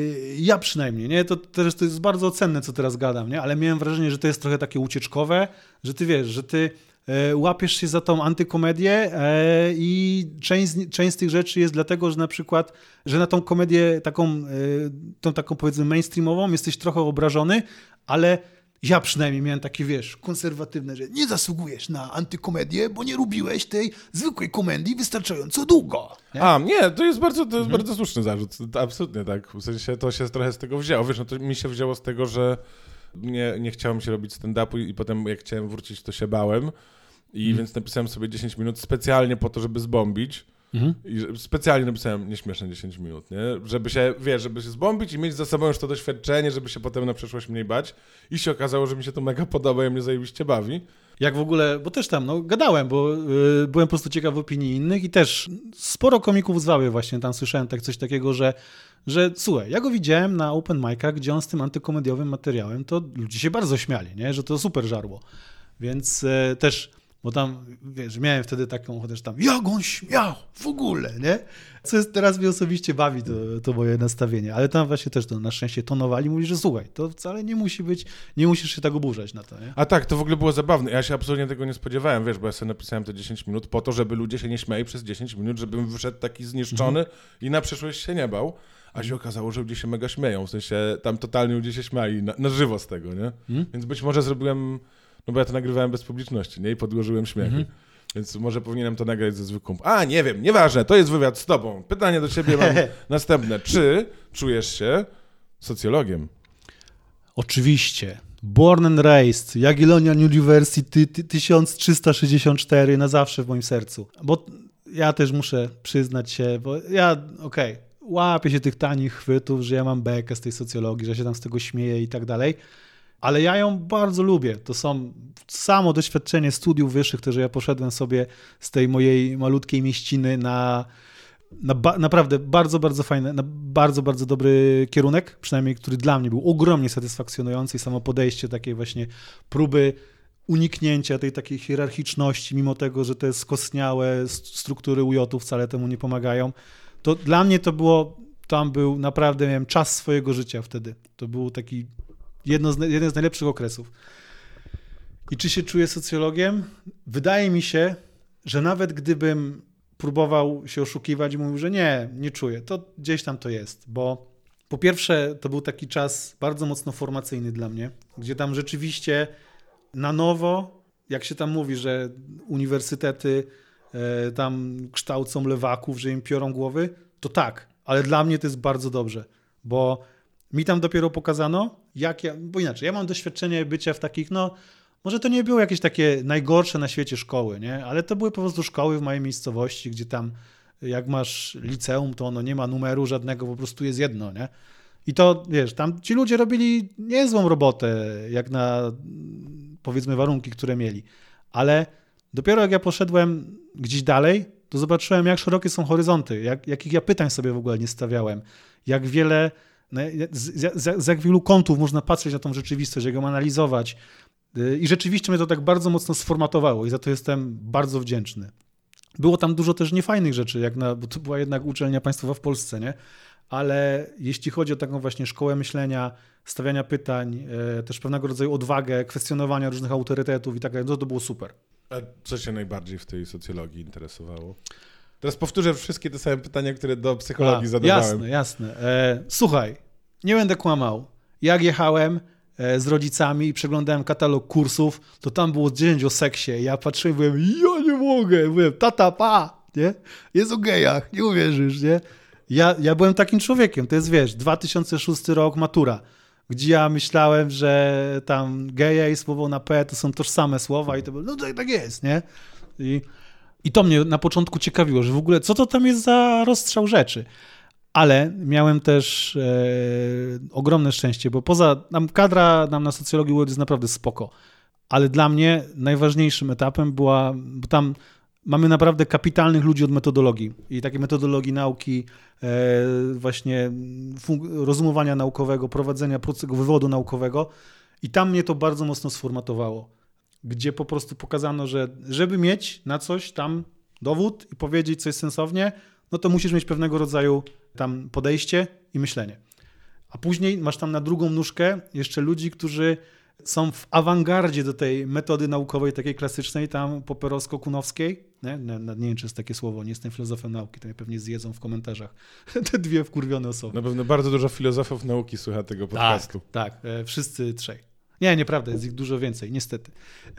ja przynajmniej, nie? To też to jest bardzo cenne, co teraz gadam, nie? Ale miałem wrażenie, że to jest trochę takie ucieczkowe, że ty wiesz, że ty e, łapiesz się za tą antykomedię e, i część, część z tych rzeczy jest dlatego, że na przykład, że na tą komedię taką, e, tą taką powiedzmy mainstreamową jesteś trochę obrażony, ale ja przynajmniej miałem takie, wiesz, konserwatywne, że nie zasługujesz na antykomedię, bo nie lubiłeś tej zwykłej komedii wystarczająco długo. Nie? A, nie, to jest bardzo, to jest mhm. bardzo słuszny zarzut. Absolutnie tak. W sensie to się trochę z tego wzięło. Wiesz, no to mi się wzięło z tego, że nie, nie chciałem się robić stand-upu i potem jak chciałem wrócić, to się bałem. I mhm. więc napisałem sobie dziesięć minut specjalnie po to, żeby zbombić. Mhm. I specjalnie napisałem nieśmieszne dziesięć minut, nie? Żeby się, wiesz, żeby się zbombić i mieć za sobą już to doświadczenie, żeby się potem na przyszłość mniej bać. I się okazało, że mi się to mega podoba i mnie zajebiście bawi. Jak w ogóle, bo też tam, no gadałem, bo yy, byłem po prostu ciekaw w opinii innych i też sporo komików zwały właśnie, tam słyszałem tak coś takiego, że, że słuchaj, ja go widziałem na open mic'ach, gdzie on z tym antykomediowym materiałem, to ludzie się bardzo śmiali, nie? Że to super żarło. Więc yy, też... Bo tam, wiesz, miałem wtedy taką ochotę, że tam, jak on śmiał w ogóle, nie? Co jest, teraz mnie osobiście bawi to, to moje nastawienie, ale tam właśnie też to na szczęście tonowali, mówi, że słuchaj, to wcale nie musi być, nie musisz się tak oburzać na to, nie? A tak, to w ogóle było zabawne, ja się absolutnie tego nie spodziewałem, wiesz, bo ja sobie napisałem te dziesięć minut po to, żeby ludzie się nie śmiali przez dziesięć minut, żebym wyszedł taki zniszczony mhm. i na przyszłość się nie bał, a się okazało, że ludzie się mega śmieją, w sensie tam totalnie ludzie się śmiali na, na żywo z tego, nie? Mhm. Więc być może zrobiłem... No bo ja to nagrywałem bez publiczności, nie? I podłożyłem śmiechy. Mm-hmm. Więc może powinienem to nagrać ze zwykłą... A, nie wiem, nieważne, to jest wywiad z tobą. Pytanie do ciebie mam następne. Czy czujesz się socjologiem? Oczywiście. Born and raised. Jagiellonian University tysiąc trzysta sześćdziesiąt cztery na zawsze w moim sercu. Bo ja też muszę przyznać się, bo ja, okej, okay, łapię się tych tanich chwytów, że ja mam bekę z tej socjologii, że się tam z tego śmieję i tak dalej. Ale ja ją bardzo lubię. To są samo doświadczenie studiów wyższych, to, że ja poszedłem sobie z tej mojej malutkiej mieściny na Na ba- naprawdę bardzo, bardzo fajny, na bardzo, bardzo dobry kierunek, przynajmniej który dla mnie był ogromnie satysfakcjonujący i samo podejście takiej właśnie próby uniknięcia tej takiej hierarchiczności, mimo tego, że te skostniałe struktury U J-u wcale temu nie pomagają. To dla mnie to było, tam był naprawdę, miałem czas swojego życia wtedy. To był taki jedno z, jeden z najlepszych okresów. I czy się czuję socjologiem? Wydaje mi się, że nawet gdybym próbował się oszukiwać i mówił, że nie, nie czuję, to gdzieś tam to jest, bo po pierwsze to był taki czas bardzo mocno formacyjny dla mnie, gdzie tam rzeczywiście na nowo, jak się tam mówi, że uniwersytety e, tam kształcą lewaków, że im piorą głowy, to tak, ale dla mnie to jest bardzo dobrze, bo mi tam dopiero pokazano, jak ja, bo inaczej, ja mam doświadczenie bycia w takich, no może to nie były jakieś takie najgorsze na świecie szkoły, nie? Ale to były po prostu szkoły w mojej miejscowości, gdzie tam jak masz liceum, to ono nie ma numeru żadnego, po prostu jest jedno, nie? I to, wiesz, tam ci ludzie robili niezłą robotę, jak na, powiedzmy, warunki, które mieli. Ale dopiero jak ja poszedłem gdzieś dalej, to zobaczyłem, jak szerokie są horyzonty, jak, jakich ja pytań sobie w ogóle nie stawiałem, jak wiele, z, z, z jak wielu kątów można patrzeć na tą rzeczywistość, jak ją analizować. I rzeczywiście mnie to tak bardzo mocno sformatowało i za to jestem bardzo wdzięczny. Było tam dużo też niefajnych rzeczy, jak na, bo to była jednak uczelnia państwowa w Polsce, nie? Ale jeśli chodzi o taką właśnie szkołę myślenia, stawiania pytań, e, też pewnego rodzaju odwagę, kwestionowania różnych autorytetów i tak dalej, to, to było super. A co cię najbardziej w tej socjologii interesowało? Teraz powtórzę wszystkie te same pytania, które do psychologii A, zadawałem. Jasne, jasne. E, słuchaj, nie będę kłamał. Jak jechałem z rodzicami i przeglądałem katalog kursów, to tam było dzień o seksie. Ja patrzyłem i byłem, ja nie mogę. Byłem, tata, pa, nie? Jest o gejach, nie uwierzysz, nie? Ja, ja byłem takim człowiekiem. To jest, wiesz, dwa tysiące szósty rok, matura, gdzie ja myślałem, że tam geje i słowo na P to są tożsame słowa i to było, no tak, tak jest, nie? I, I to mnie na początku ciekawiło, że w ogóle co to tam jest za rozstrzał rzeczy. Ale miałem też e, ogromne szczęście, bo poza, nam kadra nam na socjologii U jest naprawdę spoko, ale dla mnie najważniejszym etapem była, bo tam mamy naprawdę kapitalnych ludzi od metodologii i takiej metodologii nauki, e, właśnie fun- rozumowania naukowego, prowadzenia procesu wywodu naukowego i tam mnie to bardzo mocno sformatowało, gdzie po prostu pokazano, że żeby mieć na coś tam dowód i powiedzieć coś sensownie, no to musisz mieć pewnego rodzaju tam podejście i myślenie. A później masz tam na drugą nóżkę jeszcze ludzi, którzy są w awangardzie do tej metody naukowej, takiej klasycznej, tam poperowsko-kunowskiej. Nie? Nie, nie wiem, czy jest takie słowo, nie jestem filozofem nauki, to mnie pewnie zjedzą w komentarzach te dwie wkurwione osoby. Na pewno bardzo dużo filozofów nauki słucha tego podcastu. Tak, tak, e, wszyscy trzej. Nie, nieprawda, jest ich dużo więcej, niestety.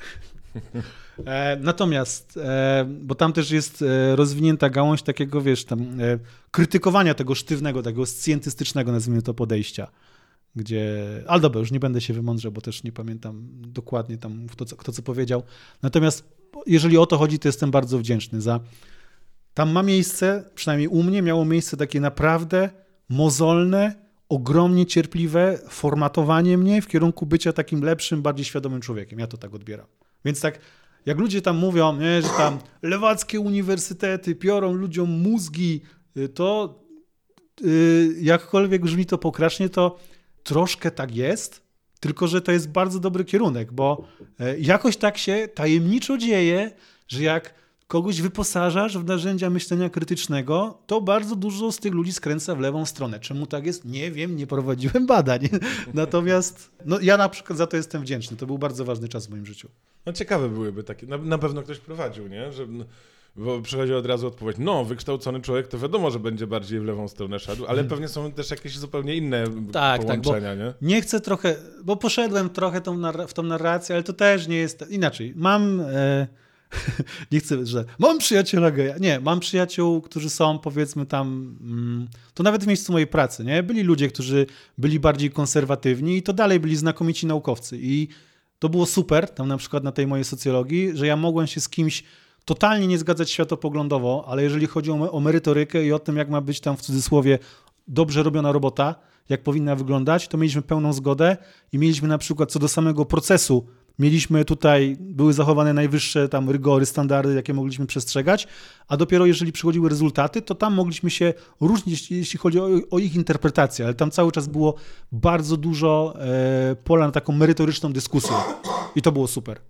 E, natomiast, e, bo tam też jest e, rozwinięta gałąź takiego, wiesz, tam e, krytykowania tego sztywnego, tego scjentystycznego, nazwijmy to, podejścia, gdzie, ale dobra, już nie będę się wymądrzał, bo też nie pamiętam dokładnie tam kto co, kto co powiedział. Natomiast jeżeli o to chodzi, to jestem bardzo wdzięczny za, tam ma miejsce, przynajmniej u mnie miało miejsce takie naprawdę mozolne, ogromnie cierpliwe formatowanie mnie w kierunku bycia takim lepszym, bardziej świadomym człowiekiem. Ja to tak odbieram. Więc tak, jak ludzie tam mówią, nie, że tam lewackie uniwersytety piorą ludziom mózgi, to yy, jakkolwiek brzmi to pokracznie, to troszkę tak jest, tylko że to jest bardzo dobry kierunek, bo yy, jakoś tak się tajemniczo dzieje, że jak kogoś wyposażasz w narzędzia myślenia krytycznego, to bardzo dużo z tych ludzi skręca w lewą stronę. Czemu tak jest? Nie wiem, nie prowadziłem badań. Natomiast no, ja na przykład za to jestem wdzięczny. To był bardzo ważny czas w moim życiu. No ciekawe byłyby takie. Na, na pewno ktoś prowadził, nie? Że, bo przychodzi od razu odpowiedź, no wykształcony człowiek to wiadomo, że będzie bardziej w lewą stronę szedł, ale pewnie są też jakieś zupełnie inne tak, połączenia, tak, nie? Nie chcę trochę, bo poszedłem trochę tą narra- w tą narrację, ale to też nie jest inaczej. Mam... E... Nie chcę, że mam przyjaciela geja. Nie, mam przyjaciół, którzy są, powiedzmy tam, to nawet w miejscu mojej pracy, nie? Byli ludzie, którzy byli bardziej konserwatywni i to dalej byli znakomici naukowcy i to było super, tam na przykład na tej mojej socjologii, że ja mogłem się z kimś totalnie nie zgadzać światopoglądowo, ale jeżeli chodzi o, o merytorykę i o tym, jak ma być tam w cudzysłowie dobrze robiona robota, jak powinna wyglądać, to mieliśmy pełną zgodę i mieliśmy na przykład co do samego procesu Mieliśmy tutaj, były zachowane najwyższe tam rygory, standardy, jakie mogliśmy przestrzegać, a dopiero jeżeli przychodziły rezultaty, to tam mogliśmy się różnić, jeśli chodzi o, o ich interpretację, ale tam cały czas było bardzo dużo e, pola na taką merytoryczną dyskusję i to było super.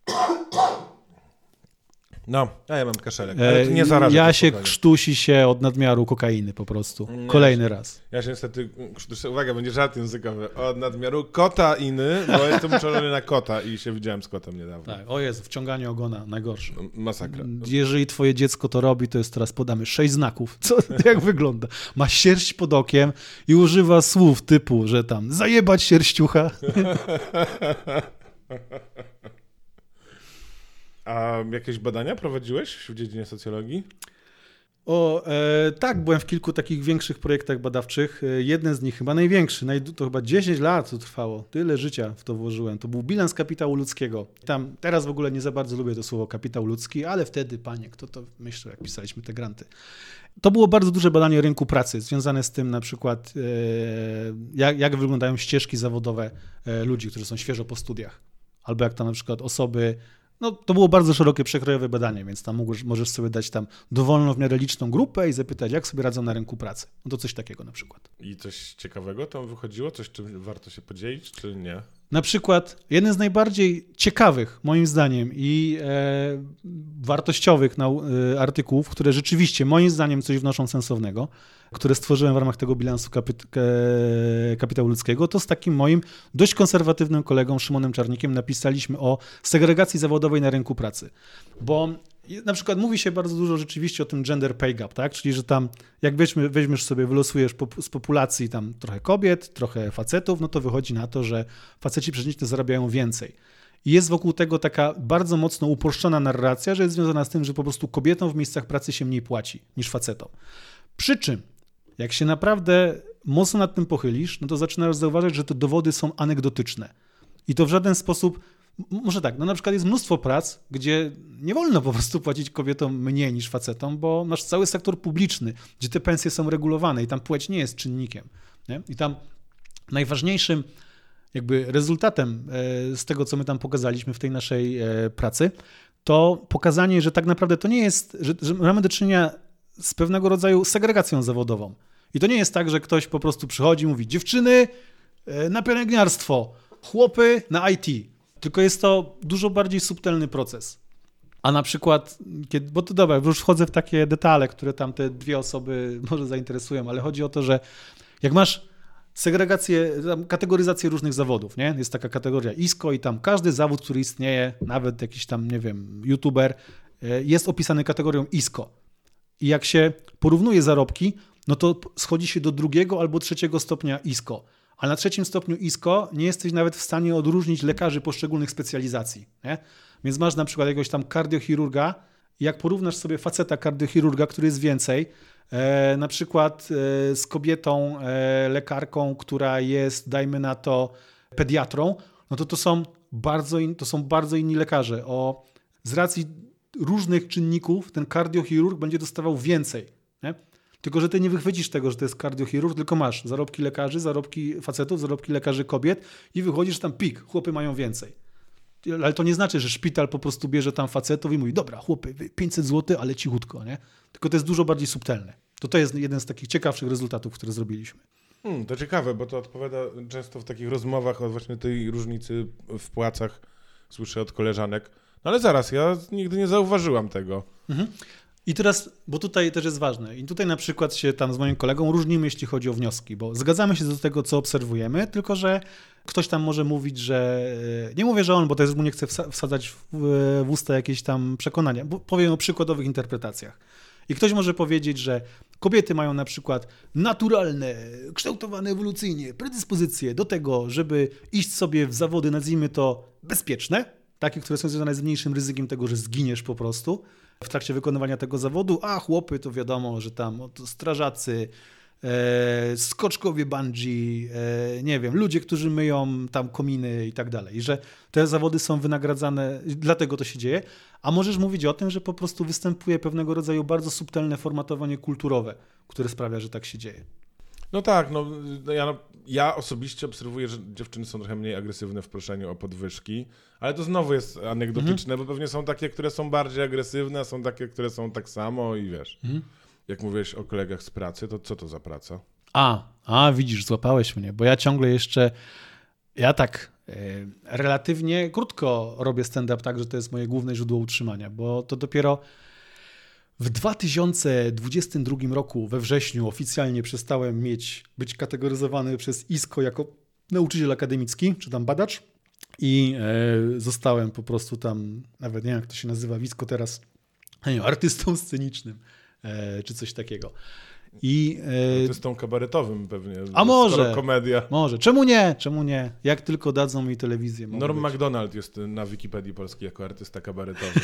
No, a ja mam kaszelek, ale to nie zarażę. Ja się krztusi się od nadmiaru kokainy po prostu. Kolejny raz. Ja się niestety krztuszę, uwaga, będzie żart językowy, od nadmiaru kotainy, bo jestem uczulony na kota i się widziałem z kotem niedawno. Tak, o Jezu, wciąganie ogona, najgorsze. Masakra. Jeżeli twoje dziecko to robi, to jest teraz podamy sześć znaków. Co, jak wygląda? Ma sierść pod okiem i używa słów typu, że tam zajebać sierściucha. A jakieś badania prowadziłeś w dziedzinie socjologii? O, e, tak, byłem w kilku takich większych projektach badawczych. Jeden z nich, chyba największy, naj, to chyba dziesięć lat to trwało. Tyle życia w to włożyłem. To był bilans kapitału ludzkiego. Tam teraz w ogóle nie za bardzo lubię to słowo kapitał ludzki, ale wtedy, panie, kto to myślał, jak pisaliśmy te granty. To było bardzo duże badanie rynku pracy, związane z tym na przykład, e, jak, jak wyglądają ścieżki zawodowe e, ludzi, którzy są świeżo po studiach. Albo jak tam na przykład osoby. No, to było bardzo szerokie, przekrojowe badanie, więc tam możesz, możesz sobie dać tam dowolną w miarę liczną grupę i zapytać, jak sobie radzą na rynku pracy. No to coś takiego na przykład. I coś ciekawego tam wychodziło? Coś, czym warto się podzielić, czy nie? Na przykład jeden z najbardziej ciekawych, moim zdaniem, i e, wartościowych nau, e, artykułów, które rzeczywiście, moim zdaniem, coś wnoszą sensownego, które stworzyłem w ramach tego bilansu kapit- e, kapitału ludzkiego, to z takim moim dość konserwatywnym kolegą Szymonem Czarnikiem napisaliśmy o segregacji zawodowej na rynku pracy. Bo na przykład mówi się bardzo dużo rzeczywiście o tym gender pay gap, tak? Czyli że tam jak weźmy, weźmiesz sobie, wylosujesz po, z populacji tam trochę kobiet, trochę facetów, no to wychodzi na to, że faceci przeciętnie zarabiają więcej. I jest wokół tego taka bardzo mocno uproszczona narracja, że jest związana z tym, że po prostu kobietom w miejscach pracy się mniej płaci niż facetom. Przy czym, jak się naprawdę mocno nad tym pochylisz, no to zaczynasz zauważyć, że te dowody są anegdotyczne. I to w żaden sposób, może tak, no na przykład jest mnóstwo prac, gdzie nie wolno po prostu płacić kobietom mniej niż facetom, bo masz cały sektor publiczny, gdzie te pensje są regulowane i tam płeć nie jest czynnikiem. Nie? I tam najważniejszym jakby rezultatem z tego, co my tam pokazaliśmy w tej naszej pracy, to pokazanie, że tak naprawdę to nie jest, że, że mamy do czynienia z pewnego rodzaju segregacją zawodową. I to nie jest tak, że ktoś po prostu przychodzi i mówi dziewczyny na pielęgniarstwo, chłopy na I T. Tylko jest to dużo bardziej subtelny proces. A na przykład, kiedy, bo to dobra, już wchodzę w takie detale, które tam te dwie osoby może zainteresują, ale chodzi o to, że jak masz segregację, kategoryzację różnych zawodów, nie? Jest taka kategoria I S K O i tam każdy zawód, który istnieje, nawet jakiś tam, nie wiem, youtuber, jest opisany kategorią I S K O. I jak się porównuje zarobki, no to schodzi się do drugiego albo trzeciego stopnia I S K O. A na trzecim stopniu I S K O nie jesteś nawet w stanie odróżnić lekarzy poszczególnych specjalizacji. Nie? Więc masz na przykład jakiegoś tam kardiochirurga i jak porównasz sobie faceta kardiochirurga, który jest więcej, e, na przykład e, z kobietą e, lekarką, która jest, dajmy na to, pediatrą, no to to są bardzo, in, to są bardzo inni lekarze. O, z racji różnych czynników ten kardiochirurg będzie dostawał więcej. Nie? Tylko że ty nie wychwycisz tego, że to jest kardiochirurg, tylko masz zarobki lekarzy, zarobki facetów, zarobki lekarzy kobiet i wychodzisz tam pik, chłopy mają więcej. Ale to nie znaczy, że szpital po prostu bierze tam facetów i mówi, dobra, chłopy, pięćset złotych, ale cichutko, nie? Tylko to jest dużo bardziej subtelne. To to jest jeden z takich ciekawszych rezultatów, które zrobiliśmy. Hmm, to ciekawe, bo to odpowiada często w takich rozmowach o właśnie tej różnicy w płacach. Słyszę od koleżanek. No ale zaraz, ja nigdy nie zauważyłam tego. Mhm. I teraz, bo tutaj też jest ważne, i tutaj na przykład się tam z moim kolegą różnimy, jeśli chodzi o wnioski, bo zgadzamy się do tego, co obserwujemy, tylko że ktoś tam może mówić, że, nie mówię, że on, bo też mu nie chcę wsadzać w, w usta jakieś tam przekonania, bo powiem o przykładowych interpretacjach. I ktoś może powiedzieć, że kobiety mają na przykład naturalne, kształtowane ewolucyjnie predyspozycje do tego, żeby iść sobie w zawody, nazwijmy to, bezpieczne, takie, które są związane z mniejszym ryzykiem tego, że zginiesz po prostu w trakcie wykonywania tego zawodu, a chłopy to wiadomo, że tam oto strażacy, e, skoczkowie bungee, e, nie wiem, ludzie, którzy myją tam kominy i tak dalej. I że te zawody są wynagradzane, dlatego to się dzieje. A możesz mówić o tym, że po prostu występuje pewnego rodzaju bardzo subtelne formatowanie kulturowe, które sprawia, że tak się dzieje. No tak, no ja, ja osobiście obserwuję, że dziewczyny są trochę mniej agresywne w proszeniu o podwyżki, ale to znowu jest anegdotyczne, mhm. bo pewnie są takie, które są bardziej agresywne, a są takie, które są tak samo i wiesz, mhm. jak mówiłeś o kolegach z pracy, to co to za praca? A, a widzisz, złapałeś mnie, bo ja ciągle jeszcze, ja tak e, relatywnie krótko robię stand-up tak, że to jest moje główne źródło utrzymania, bo to dopiero w dwa tysiące dwudziestym drugim roku we wrześniu oficjalnie przestałem mieć, być kategoryzowany przez I S K O jako nauczyciel akademicki, czy tam badacz i e, zostałem po prostu tam, nawet nie wiem jak to się nazywa, w I S K O teraz, nie wiem, artystą scenicznym e, czy coś takiego. I, e, artystą kabaretowym pewnie. A może, komedia. może. Czemu nie? Czemu nie? Jak tylko dadzą mi telewizję. Norm być. MacDonald jest na Wikipedii polskiej jako artysta kabaretowy.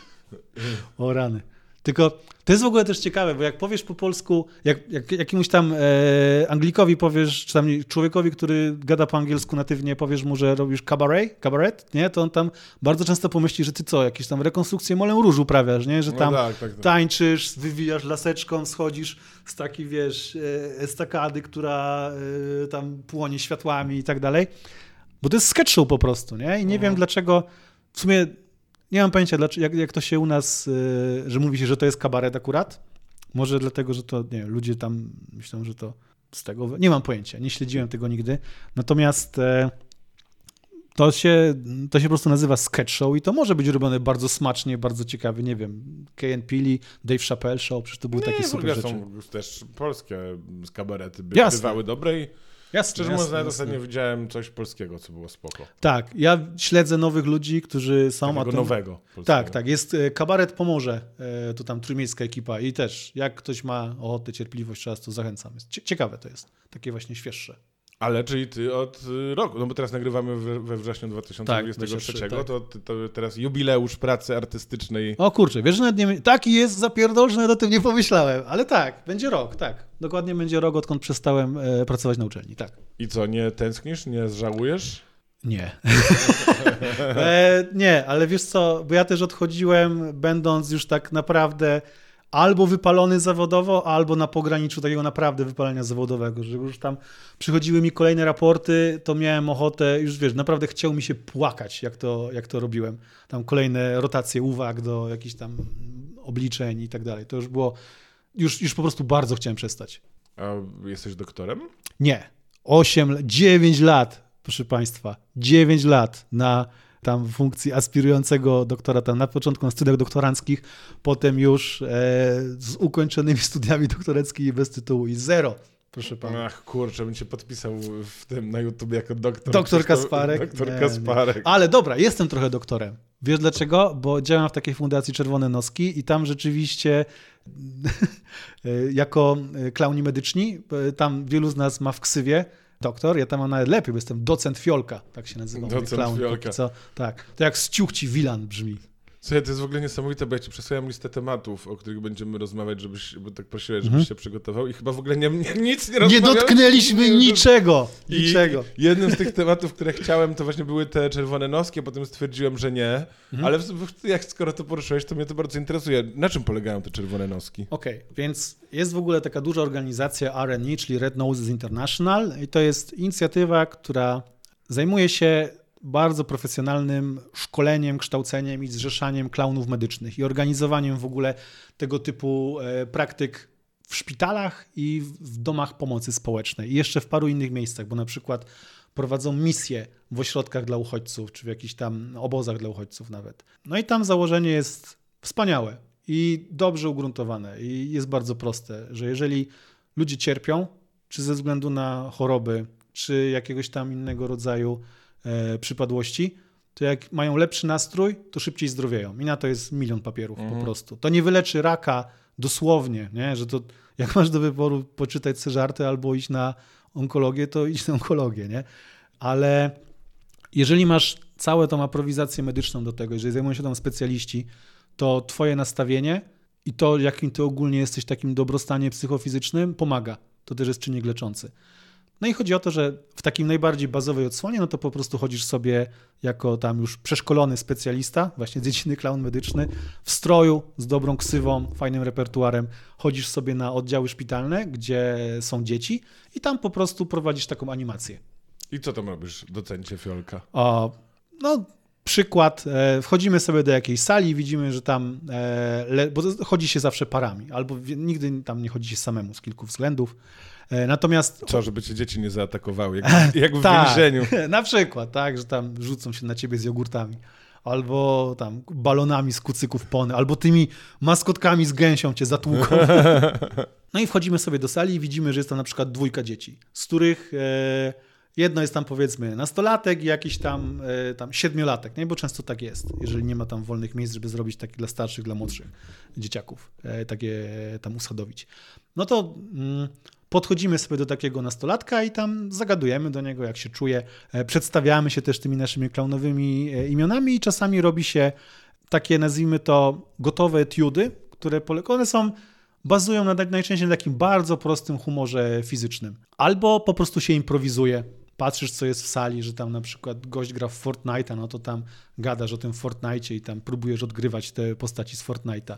O rany. Tylko to jest w ogóle też ciekawe, bo jak powiesz po polsku, jak, jak jakiemuś tam e, Anglikowi powiesz, czy tam człowiekowi, który gada po angielsku natywnie, powiesz mu, że robisz cabaret, cabaret, nie? To on tam bardzo często pomyśli, że ty co, jakieś tam rekonstrukcję Moulin Rouge uprawiasz, nie? Że tam no tak, tak, tak. tańczysz, wywijasz laseczką, schodzisz z takiej, wiesz, estakady, która e, tam płonie światłami i tak dalej. Bo to jest sketch show po prostu, nie? I nie mhm. wiem dlaczego, w sumie nie mam pojęcia, jak, jak to się u nas, że mówi się, że to jest kabaret akurat. Może dlatego, że to, nie wiem, ludzie tam myślą, że to z tego... Nie mam pojęcia, nie śledziłem tego nigdy. Natomiast to się, to się po prostu nazywa sketch show i to może być robione bardzo smacznie, bardzo ciekawie, nie wiem, Key and Peele, Dave Chappelle show, przecież to były nie, takie super rzeczy. Są też polskie kabarety, by, bywały dobre i jasne, szczerze mówiąc, nawet ostatnio widziałem coś polskiego, co było spoko. Tak, ja śledzę nowych ludzi, którzy są... Takiego tym... nowego polskiego. Tak, tak, jest Kabaret Pomorze, to tam trójmiejska ekipa i też jak ktoś ma ochotę, cierpliwość, czas, to zachęcam. Ciekawe to jest, takie właśnie świeższe. Ale czyli ty od roku, no bo teraz nagrywamy we, we wrześniu dwa tysiące dwudziestego trzeciego, tak, tak. to, to teraz jubileusz pracy artystycznej. O kurczę, wiesz, że nawet nie... Taki jest zapierdol, że nawet o tym nie pomyślałem, ale tak, będzie rok, tak. Dokładnie będzie rok, odkąd przestałem e, pracować na uczelni, tak. I co, nie tęsknisz, nie żałujesz? Nie. e, nie, ale wiesz co, bo ja też odchodziłem, będąc już tak naprawdę... albo wypalony zawodowo, albo na pograniczu takiego naprawdę wypalenia zawodowego, że już tam przychodziły mi kolejne raporty, to miałem ochotę, już wiesz, naprawdę chciało mi się płakać, jak to, jak to robiłem. Tam kolejne rotacje uwag do jakichś tam obliczeń i tak dalej. To już było, już, już po prostu bardzo chciałem przestać. A jesteś doktorem? Nie. Osiem, dziewięć lat, proszę Państwa, dziewięć lat na... tam w funkcji aspirującego doktora, tam na początku na studiach doktoranckich, potem już e, z ukończonymi studiami doktoranckimi bez tytułu i zero, proszę pana. Ach kurczę, bym cię podpisał w tym na YouTube jako doktor. Doktor Kasparek. Doktor nie, Kasparek. Nie. Ale dobra, jestem trochę doktorem. Wiesz dlaczego? Bo działam w takiej fundacji Czerwone Noski i tam rzeczywiście jako klauni medyczni, tam wielu z nas ma w ksywie doktor, ja tam mam nawet lepiej, bo jestem docent Fiolka, tak się nazywa. Docent klaun, Fiolka. Co, tak, to jak z Ciuchci Wilan brzmi. Słuchaj, to jest w ogóle niesamowite, bo ja ci przesyłam listę tematów, o których będziemy rozmawiać, żebyś, bo tak prosiłeś, żebyś mhm. się przygotował i chyba w ogóle nie, nie, nic nie rozmawiamy. Nie dotknęliśmy nie, niczego. I niczego. Jednym z tych tematów, które chciałem, to właśnie były te czerwone noski, a potem stwierdziłem, że nie, mhm. ale jak skoro to poruszyłeś, to mnie to bardzo interesuje. Na czym polegają te czerwone noski? Okej, okay, więc jest w ogóle taka duża organizacja R and E, czyli Red Noses International i to jest inicjatywa, która zajmuje się bardzo profesjonalnym szkoleniem, kształceniem i zrzeszaniem klaunów medycznych i organizowaniem w ogóle tego typu praktyk w szpitalach i w domach pomocy społecznej i jeszcze w paru innych miejscach, bo na przykład prowadzą misje w ośrodkach dla uchodźców, czy w jakichś tam obozach dla uchodźców nawet. No i tam założenie jest wspaniałe i dobrze ugruntowane i jest bardzo proste, że jeżeli ludzie cierpią, czy ze względu na choroby, czy jakiegoś tam innego rodzaju przypadłości, to jak mają lepszy nastrój, to szybciej zdrowieją. I na to jest milion papierów mhm. po prostu. To nie wyleczy raka dosłownie, nie? Że to jak masz do wyboru poczytać sobie żarty albo iść na onkologię, to idź na onkologię, nie? Ale jeżeli masz całą tą aprowizację medyczną do tego, jeżeli zajmują się tam specjaliści, to twoje nastawienie i to, jakim ty ogólnie jesteś w takim dobrostanie psychofizycznym, pomaga. To też jest czynnik leczący. No i chodzi o to, że w takim najbardziej bazowej odsłonie, no to po prostu chodzisz sobie jako tam już przeszkolony specjalista, właśnie z dziedziny clown medyczny, w stroju, z dobrą ksywą, fajnym repertuarem, chodzisz sobie na oddziały szpitalne, gdzie są dzieci i tam po prostu prowadzisz taką animację. I co tam robisz, docencie Fiolka? O, no przykład, e, wchodzimy sobie do jakiejś sali, widzimy, że tam, e, le, bo chodzi się zawsze parami, albo w, nigdy tam nie chodzi się samemu z kilku względów. E, natomiast... Co, żeby cię dzieci nie zaatakowały, jak, jak w tak, więzieniu. Na przykład, tak, że tam rzucą się na ciebie z jogurtami, albo tam balonami z kucyków pony, albo tymi maskotkami z gęsią cię zatłuką. No i wchodzimy sobie do sali i widzimy, że jest tam na przykład dwójka dzieci, z których... E, Jedno jest tam powiedzmy nastolatek i jakiś tam, y, tam siedmiolatek, nie? Bo często tak jest, jeżeli nie ma tam wolnych miejsc, żeby zrobić takie dla starszych, dla młodszych dzieciaków, y, takie tam usadowić. No to y, podchodzimy sobie do takiego nastolatka i tam zagadujemy do niego, jak się czuje, y, przedstawiamy się też tymi naszymi klaunowymi y, imionami i czasami robi się takie, nazwijmy to, gotowe etiudy, które polegają, one są... bazują na, najczęściej na takim bardzo prostym humorze fizycznym. Albo po prostu się improwizuje. Patrzysz, co jest w sali, że tam na przykład gość gra w Fortnite'a, no to tam gadasz o tym Fortnite'cie i tam próbujesz odgrywać te postaci z Fortnite'a.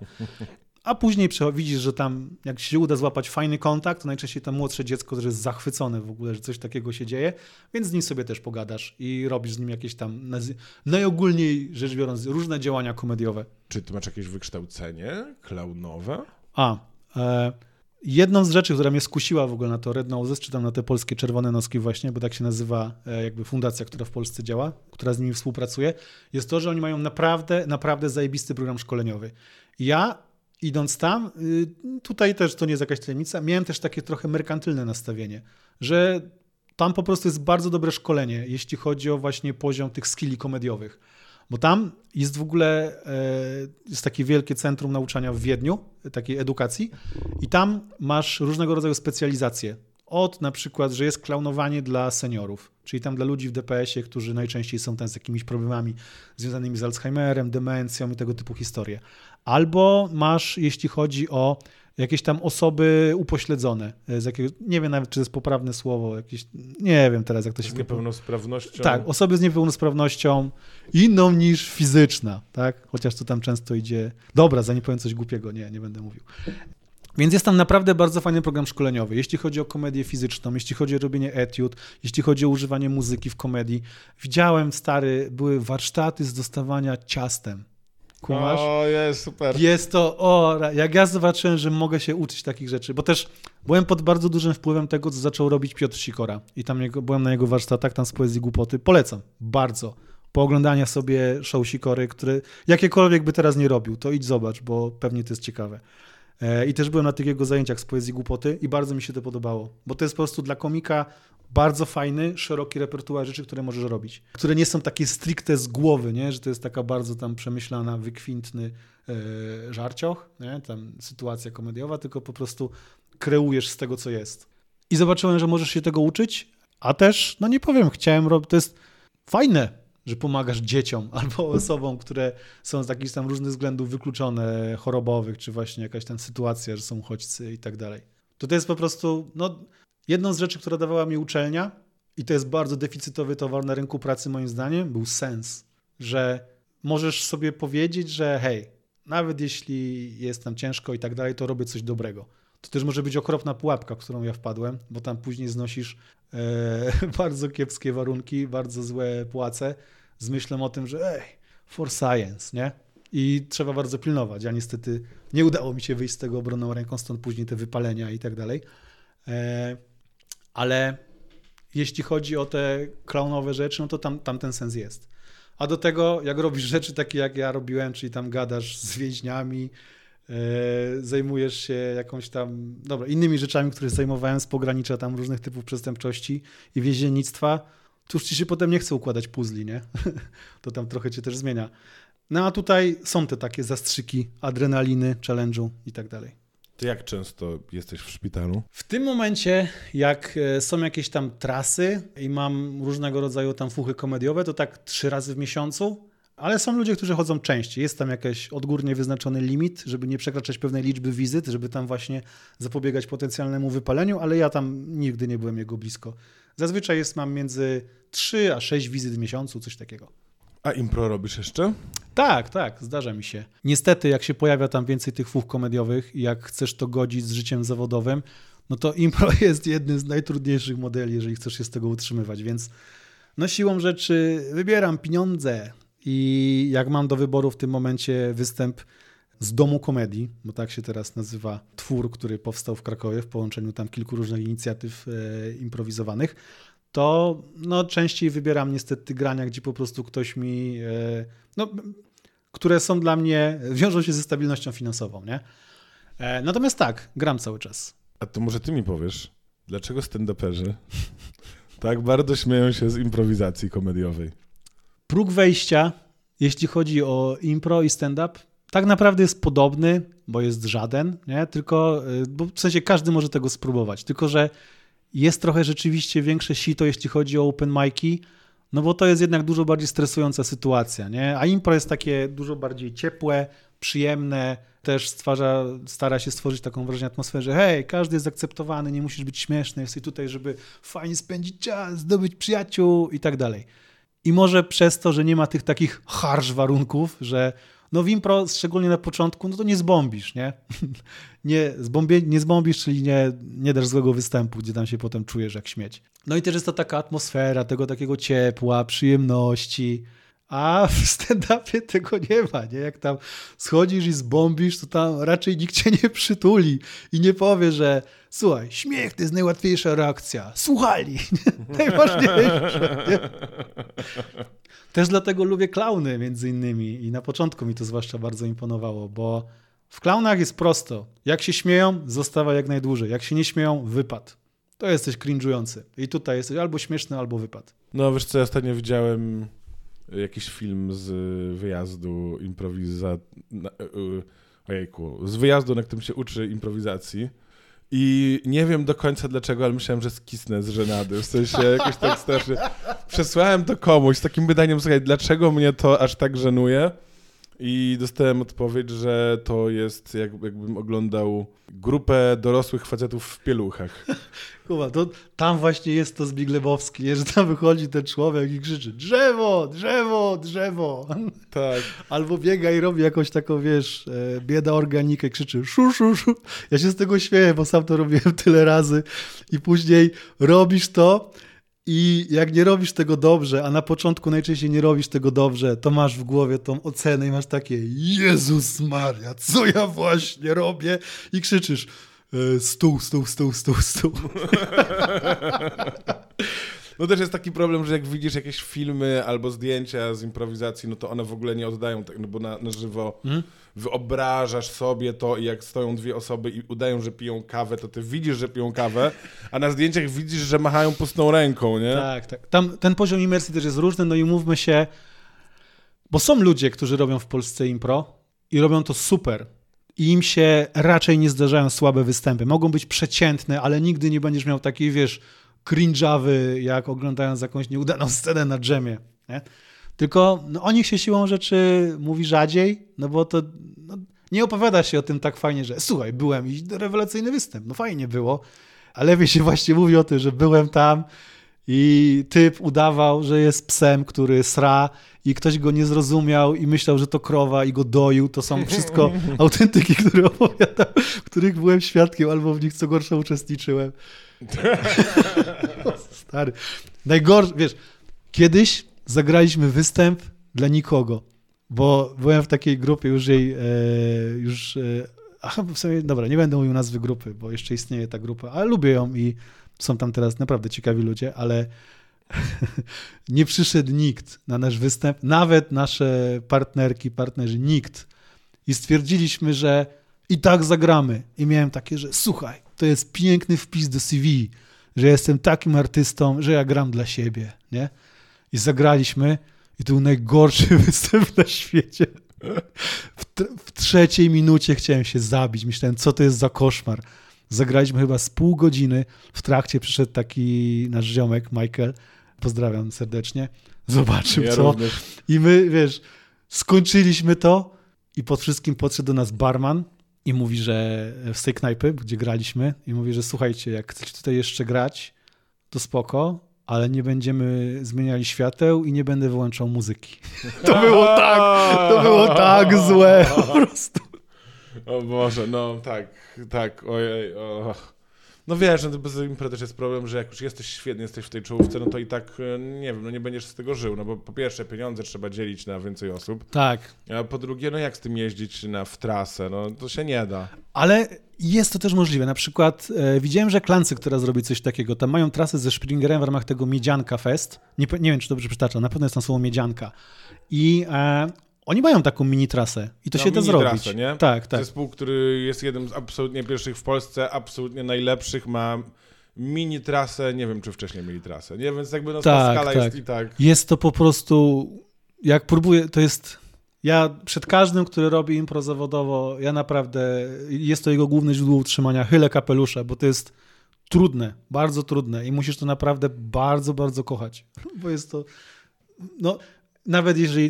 A później widzisz, że tam jak się uda złapać fajny kontakt, to najczęściej to młodsze dziecko, które jest zachwycone w ogóle, że coś takiego się dzieje, więc z nim sobie też pogadasz i robisz z nim jakieś tam, najogólniej rzecz biorąc, różne działania komediowe. Czy ty masz jakieś wykształcenie klaunowe? A, e, jedną z rzeczy, która mnie skusiła w ogóle na to Red Noses, czy tam na te polskie czerwone noski właśnie, bo tak się nazywa e, jakby fundacja, która w Polsce działa, która z nimi współpracuje, jest to, że oni mają naprawdę, naprawdę zajebisty program szkoleniowy. Ja idąc tam, y, tutaj też to nie jest jakaś tajemnica, miałem też takie trochę merkantylne nastawienie, że tam po prostu jest bardzo dobre szkolenie, jeśli chodzi o właśnie poziom tych skilli komediowych. Bo tam jest w ogóle jest takie wielkie centrum nauczania w Wiedniu, takiej edukacji i tam masz różnego rodzaju specjalizacje. Od na przykład, że jest klaunowanie dla seniorów, czyli tam dla ludzi w D P S ie, którzy najczęściej są tam z jakimiś problemami związanymi z Alzheimerem, demencją i tego typu historie. Albo masz, jeśli chodzi o jakieś tam osoby upośledzone, z jakiegoś, nie wiem nawet, czy to jest poprawne słowo, jakieś, nie wiem teraz, jak to się... Z niepełnosprawnością? Tak, osoby z niepełnosprawnością inną niż fizyczna, tak? Chociaż to tam często idzie... Dobra, za nie powiem coś głupiego, nie, nie będę mówił. Więc jest tam naprawdę bardzo fajny program szkoleniowy, jeśli chodzi o komedię fizyczną, jeśli chodzi o robienie etiud, jeśli chodzi o używanie muzyki w komedii. Widziałem, stary, były warsztaty z dostawania ciastem. Kumasz? O, jest super. Jest to, o, jak ja zobaczyłem, że mogę się uczyć takich rzeczy, bo też byłem pod bardzo dużym wpływem tego, co zaczął robić Piotr Sikora i tam jego, byłem na jego warsztatach, tam z poezji głupoty. Polecam, bardzo. Pooglądania sobie show Sikory, które jakiekolwiek by teraz nie robił, to idź zobacz, bo pewnie to jest ciekawe. I też byłem na tych jego zajęciach z poezji głupoty i bardzo mi się to podobało, bo to jest po prostu dla komika bardzo fajny, szeroki repertuar rzeczy, które możesz robić, które nie są takie stricte z głowy, nie? Że to jest taka bardzo tam przemyślana, wykwintny e, żarcioch, nie? Tam sytuacja komediowa, tylko po prostu kreujesz z tego, co jest. I zobaczyłem, że możesz się tego uczyć, a też, no nie powiem, chciałem robić, to jest fajne, że pomagasz dzieciom albo osobom, które są z jakichś tam różnych względów wykluczone, chorobowych, czy właśnie jakaś tam sytuacja, że są uchodźcy i tak dalej. To to jest po prostu, no, jedną z rzeczy, która dawała mi uczelnia i to jest bardzo deficytowy towar na rynku pracy moim zdaniem, był sens, że możesz sobie powiedzieć, że hej, nawet jeśli jest tam ciężko i tak dalej, to robię coś dobrego. To też może być okropna pułapka, w którą ja wpadłem, bo tam później znosisz e, bardzo kiepskie warunki, bardzo złe płace z myślą o tym, że ej, for science, nie? I trzeba bardzo pilnować. Ja niestety nie udało mi się wyjść z tego obronną ręką, stąd później te wypalenia i tak dalej. E, ale jeśli chodzi o te klaunowe rzeczy, no to tam, tam ten sens jest. A do tego, jak robisz rzeczy takie, jak ja robiłem, czyli tam gadasz z więźniami, zajmujesz się jakąś tam, dobra, innymi rzeczami, które zajmowałem z pogranicza tam różnych typów przestępczości i więziennictwa, to już ci się potem nie chce układać puzli, nie? To tam trochę cię też zmienia. No a tutaj są te takie zastrzyki adrenaliny, challenge'u i tak dalej. Ty jak często jesteś w szpitalu? W tym momencie, jak są jakieś tam trasy i mam różnego rodzaju tam fuchy komediowe, to tak trzy razy w miesiącu, Ale są ludzie, którzy chodzą częściej. Jest tam jakiś odgórnie wyznaczony limit, żeby nie przekraczać pewnej liczby wizyt, żeby tam właśnie zapobiegać potencjalnemu wypaleniu, ale ja tam nigdy nie byłem jego blisko. Zazwyczaj jest mam między trzy a sześć wizyt w miesiącu, coś takiego. A impro robisz jeszcze? Tak, tak, zdarza mi się. Niestety, jak się pojawia tam więcej tych fów komediowych i jak chcesz to godzić z życiem zawodowym, no to impro jest jednym z najtrudniejszych modeli, jeżeli chcesz się z tego utrzymywać, więc no siłą rzeczy wybieram pieniądze i jak mam do wyboru w tym momencie występ z Domu Komedii, bo tak się teraz nazywa twór, który powstał w Krakowie w połączeniu tam kilku różnych inicjatyw e, improwizowanych, to no, częściej wybieram niestety grania, gdzie po prostu ktoś mi, e, no, które są dla mnie, wiążą się ze stabilnością finansową, nie? E, natomiast tak, gram cały czas. A to może ty mi powiesz, dlaczego stand-uperzy tak bardzo śmieją się z improwizacji komediowej? Próg wejścia, jeśli chodzi o impro i stand-up, tak naprawdę jest podobny, bo jest żaden, nie? Tylko, bo w sensie każdy może tego spróbować, tylko że jest trochę rzeczywiście większe sito, jeśli chodzi o open mic'i, no bo to jest jednak dużo bardziej stresująca sytuacja, nie? A impro jest takie dużo bardziej ciepłe, przyjemne, też stwarza, stara się stworzyć taką wrażenie atmosfery, że hej, każdy jest akceptowany, nie musisz być śmieszny, jesteś tutaj, żeby fajnie spędzić czas, zdobyć przyjaciół i tak dalej. I może przez to, że nie ma tych takich harsh warunków, że no w impro, szczególnie na początku, no to nie zbombisz, nie? Nie, zbombie, nie zbombisz, czyli nie, nie dasz złego występu, gdzie tam się potem czujesz jak śmieć. No i też jest to taka atmosfera tego takiego ciepła, przyjemności, a w stand-upie tego nie ma, nie? Jak tam schodzisz i zbombisz, to tam raczej nikt cię nie przytuli i nie powie, że słuchaj, śmiech to jest najłatwiejsza reakcja. Słuchali. Najważniejsze. Nie? Też dlatego lubię klauny między innymi i na początku mi to zwłaszcza bardzo imponowało, bo w klaunach jest prosto. Jak się śmieją, zostawa jak najdłużej. Jak się nie śmieją, wypad. To jesteś cringe'ujący. I tutaj jesteś albo śmieszny, albo wypad. No wiesz co, ja ostatnio widziałem jakiś film z wyjazdu improwiza... Ojejku, z wyjazdu, na którym się uczy improwizacji. I nie wiem do końca dlaczego, ale myślałem, że skisnę z żenady. W sensie jakoś tak strasznie. Przesłałem to komuś z takim pytaniem, słuchaj, dlaczego mnie to aż tak żenuje? I dostałem odpowiedź, że to jest jak, jakbym oglądał grupę dorosłych facetów w pieluchach. Kuba, to tam właśnie jest to Zbiglewowski, że tam wychodzi ten człowiek i krzyczy drzewo, drzewo, drzewo. Tak. Albo biega i robi jakąś taką, wiesz, bieda organikę, krzyczy szu, szu, szu. Ja się z tego śmieję, bo sam to robiłem tyle razy i później robisz to i jak nie robisz tego dobrze, a na początku najczęściej nie robisz tego dobrze, to masz w głowie tą ocenę i masz takie Jezus Maria, co ja właśnie robię? I krzyczysz stół, stół, stół, stół, stół. No też jest taki problem, że jak widzisz jakieś filmy albo zdjęcia z improwizacji, no to one w ogóle nie oddają tego, no bo na, na żywo hmm? wyobrażasz sobie to i jak stoją dwie osoby i udają, że piją kawę, to ty widzisz, że piją kawę, a na zdjęciach widzisz, że machają pustą ręką, nie? Tak, tak. Tam ten poziom imersji też jest różny, no i mówmy się, bo są ludzie, którzy robią w Polsce impro i robią to super. I im się raczej nie zdarzają słabe występy. Mogą być przeciętne, ale nigdy nie będziesz miał takiej, wiesz, cringe'awy, jak oglądając jakąś nieudaną scenę na dżemie. Nie? Tylko no, o nich się siłą rzeczy mówi rzadziej, no bo to no, nie opowiada się o tym tak fajnie, że słuchaj, byłem i rewelacyjny występ, no fajnie było, ale lepiej się właśnie mówi o tym, że byłem tam i typ udawał, że jest psem, który sra i ktoś go nie zrozumiał i myślał, że to krowa i go doił. To są wszystko autentyki, które opowiadam, których byłem świadkiem albo w nich co gorsza uczestniczyłem. Stary. Najgorsze, wiesz, kiedyś zagraliśmy występ dla nikogo, bo byłem w takiej grupie już jej, e, już, e, ach, w sumie, dobra, nie będę mówił nazwy grupy, bo jeszcze istnieje ta grupa, ale lubię ją i są tam teraz naprawdę ciekawi ludzie, ale nie przyszedł nikt na nasz występ, nawet nasze partnerki, partnerzy, nikt. I stwierdziliśmy, że i tak zagramy. I miałem takie, że słuchaj, to jest piękny wpis do C V, że jestem takim artystą, że ja gram dla siebie, nie? I zagraliśmy i to był najgorszy występ na świecie. W, t- w trzeciej minucie chciałem się zabić. Myślałem, co to jest za koszmar. Zagraliśmy chyba z pół godziny. W trakcie przyszedł taki nasz ziomek, Michael, pozdrawiam serdecznie, zobaczył ja co. Również. I my, wiesz, Skończyliśmy to i pod wszystkim podszedł do nas barman i mówi, że z tej knajpy, gdzie graliśmy, i mówi, że słuchajcie, jak chcecie tutaj jeszcze grać, to spoko, ale nie będziemy zmieniali świateł i nie będę wyłączał muzyki. To było tak, to było tak złe po prostu. O Boże, no tak, tak, ojej, o. No wiesz, no to bez impro też jest problem, że jak już jesteś świetny, jesteś w tej czołówce, no to i tak, nie wiem, no nie będziesz z tego żył, no bo po pierwsze pieniądze trzeba dzielić na więcej osób, tak. A po drugie, no jak z tym jeździć na, w trasę, no to się nie da. Ale jest to też możliwe, na przykład e, widziałem, że Klancyk teraz robi coś takiego, tam mają trasę ze Springerem w ramach tego Miedzianka Fest, nie, nie wiem, czy dobrze przytaczam, na pewno jest tam słowo Miedzianka i e, oni mają taką mini trasę i to no, się da zrobić. Trasę, nie? Tak, tak. Zespół, który jest jednym z absolutnie pierwszych w Polsce, absolutnie najlepszych, ma mini trasę, nie wiem, czy wcześniej mieli trasę, nie? Więc jakby no, tak, ta skala tak. jest i tak... Jest to po prostu, jak próbuję, to jest... Ja przed każdym, który robi impro zawodowo, ja naprawdę, jest to jego główne źródło utrzymania, chylę kapelusza, bo to jest trudne, bardzo trudne i musisz to naprawdę bardzo, bardzo kochać, bo jest to... No, nawet jeżeli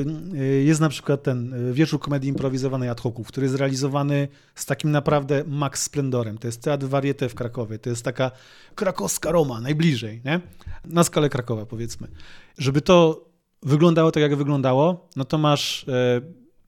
jest na przykład ten wieczór komedii improwizowanej ad hoców, który jest realizowany z takim naprawdę max splendorem. To jest Teatr Varieté w Krakowie. To jest taka krakowska Roma, najbliżej, nie? Na skalę Krakowa, powiedzmy. Żeby to wyglądało tak, jak wyglądało, no to masz e,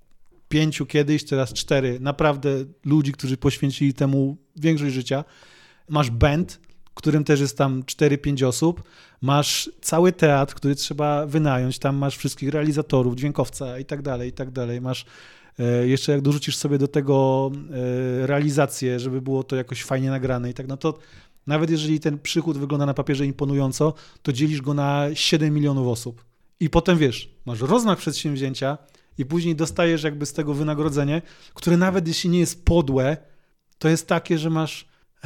pięciu kiedyś, teraz cztery, naprawdę ludzi, którzy poświęcili temu większość życia. Masz band, w którym też jest tam cztery pięć osób, masz cały teatr, który trzeba wynająć, tam masz wszystkich realizatorów, dźwiękowca i tak dalej, i tak dalej. Masz e, jeszcze jak dorzucisz sobie do tego e, realizację, żeby było to jakoś fajnie nagrane i tak, no to nawet jeżeli ten przychód wygląda na papierze imponująco, to dzielisz go na siedem milionów osób. I potem wiesz, masz rozmach przedsięwzięcia i później dostajesz jakby z tego wynagrodzenie, które nawet jeśli nie jest podłe, to jest takie, że masz...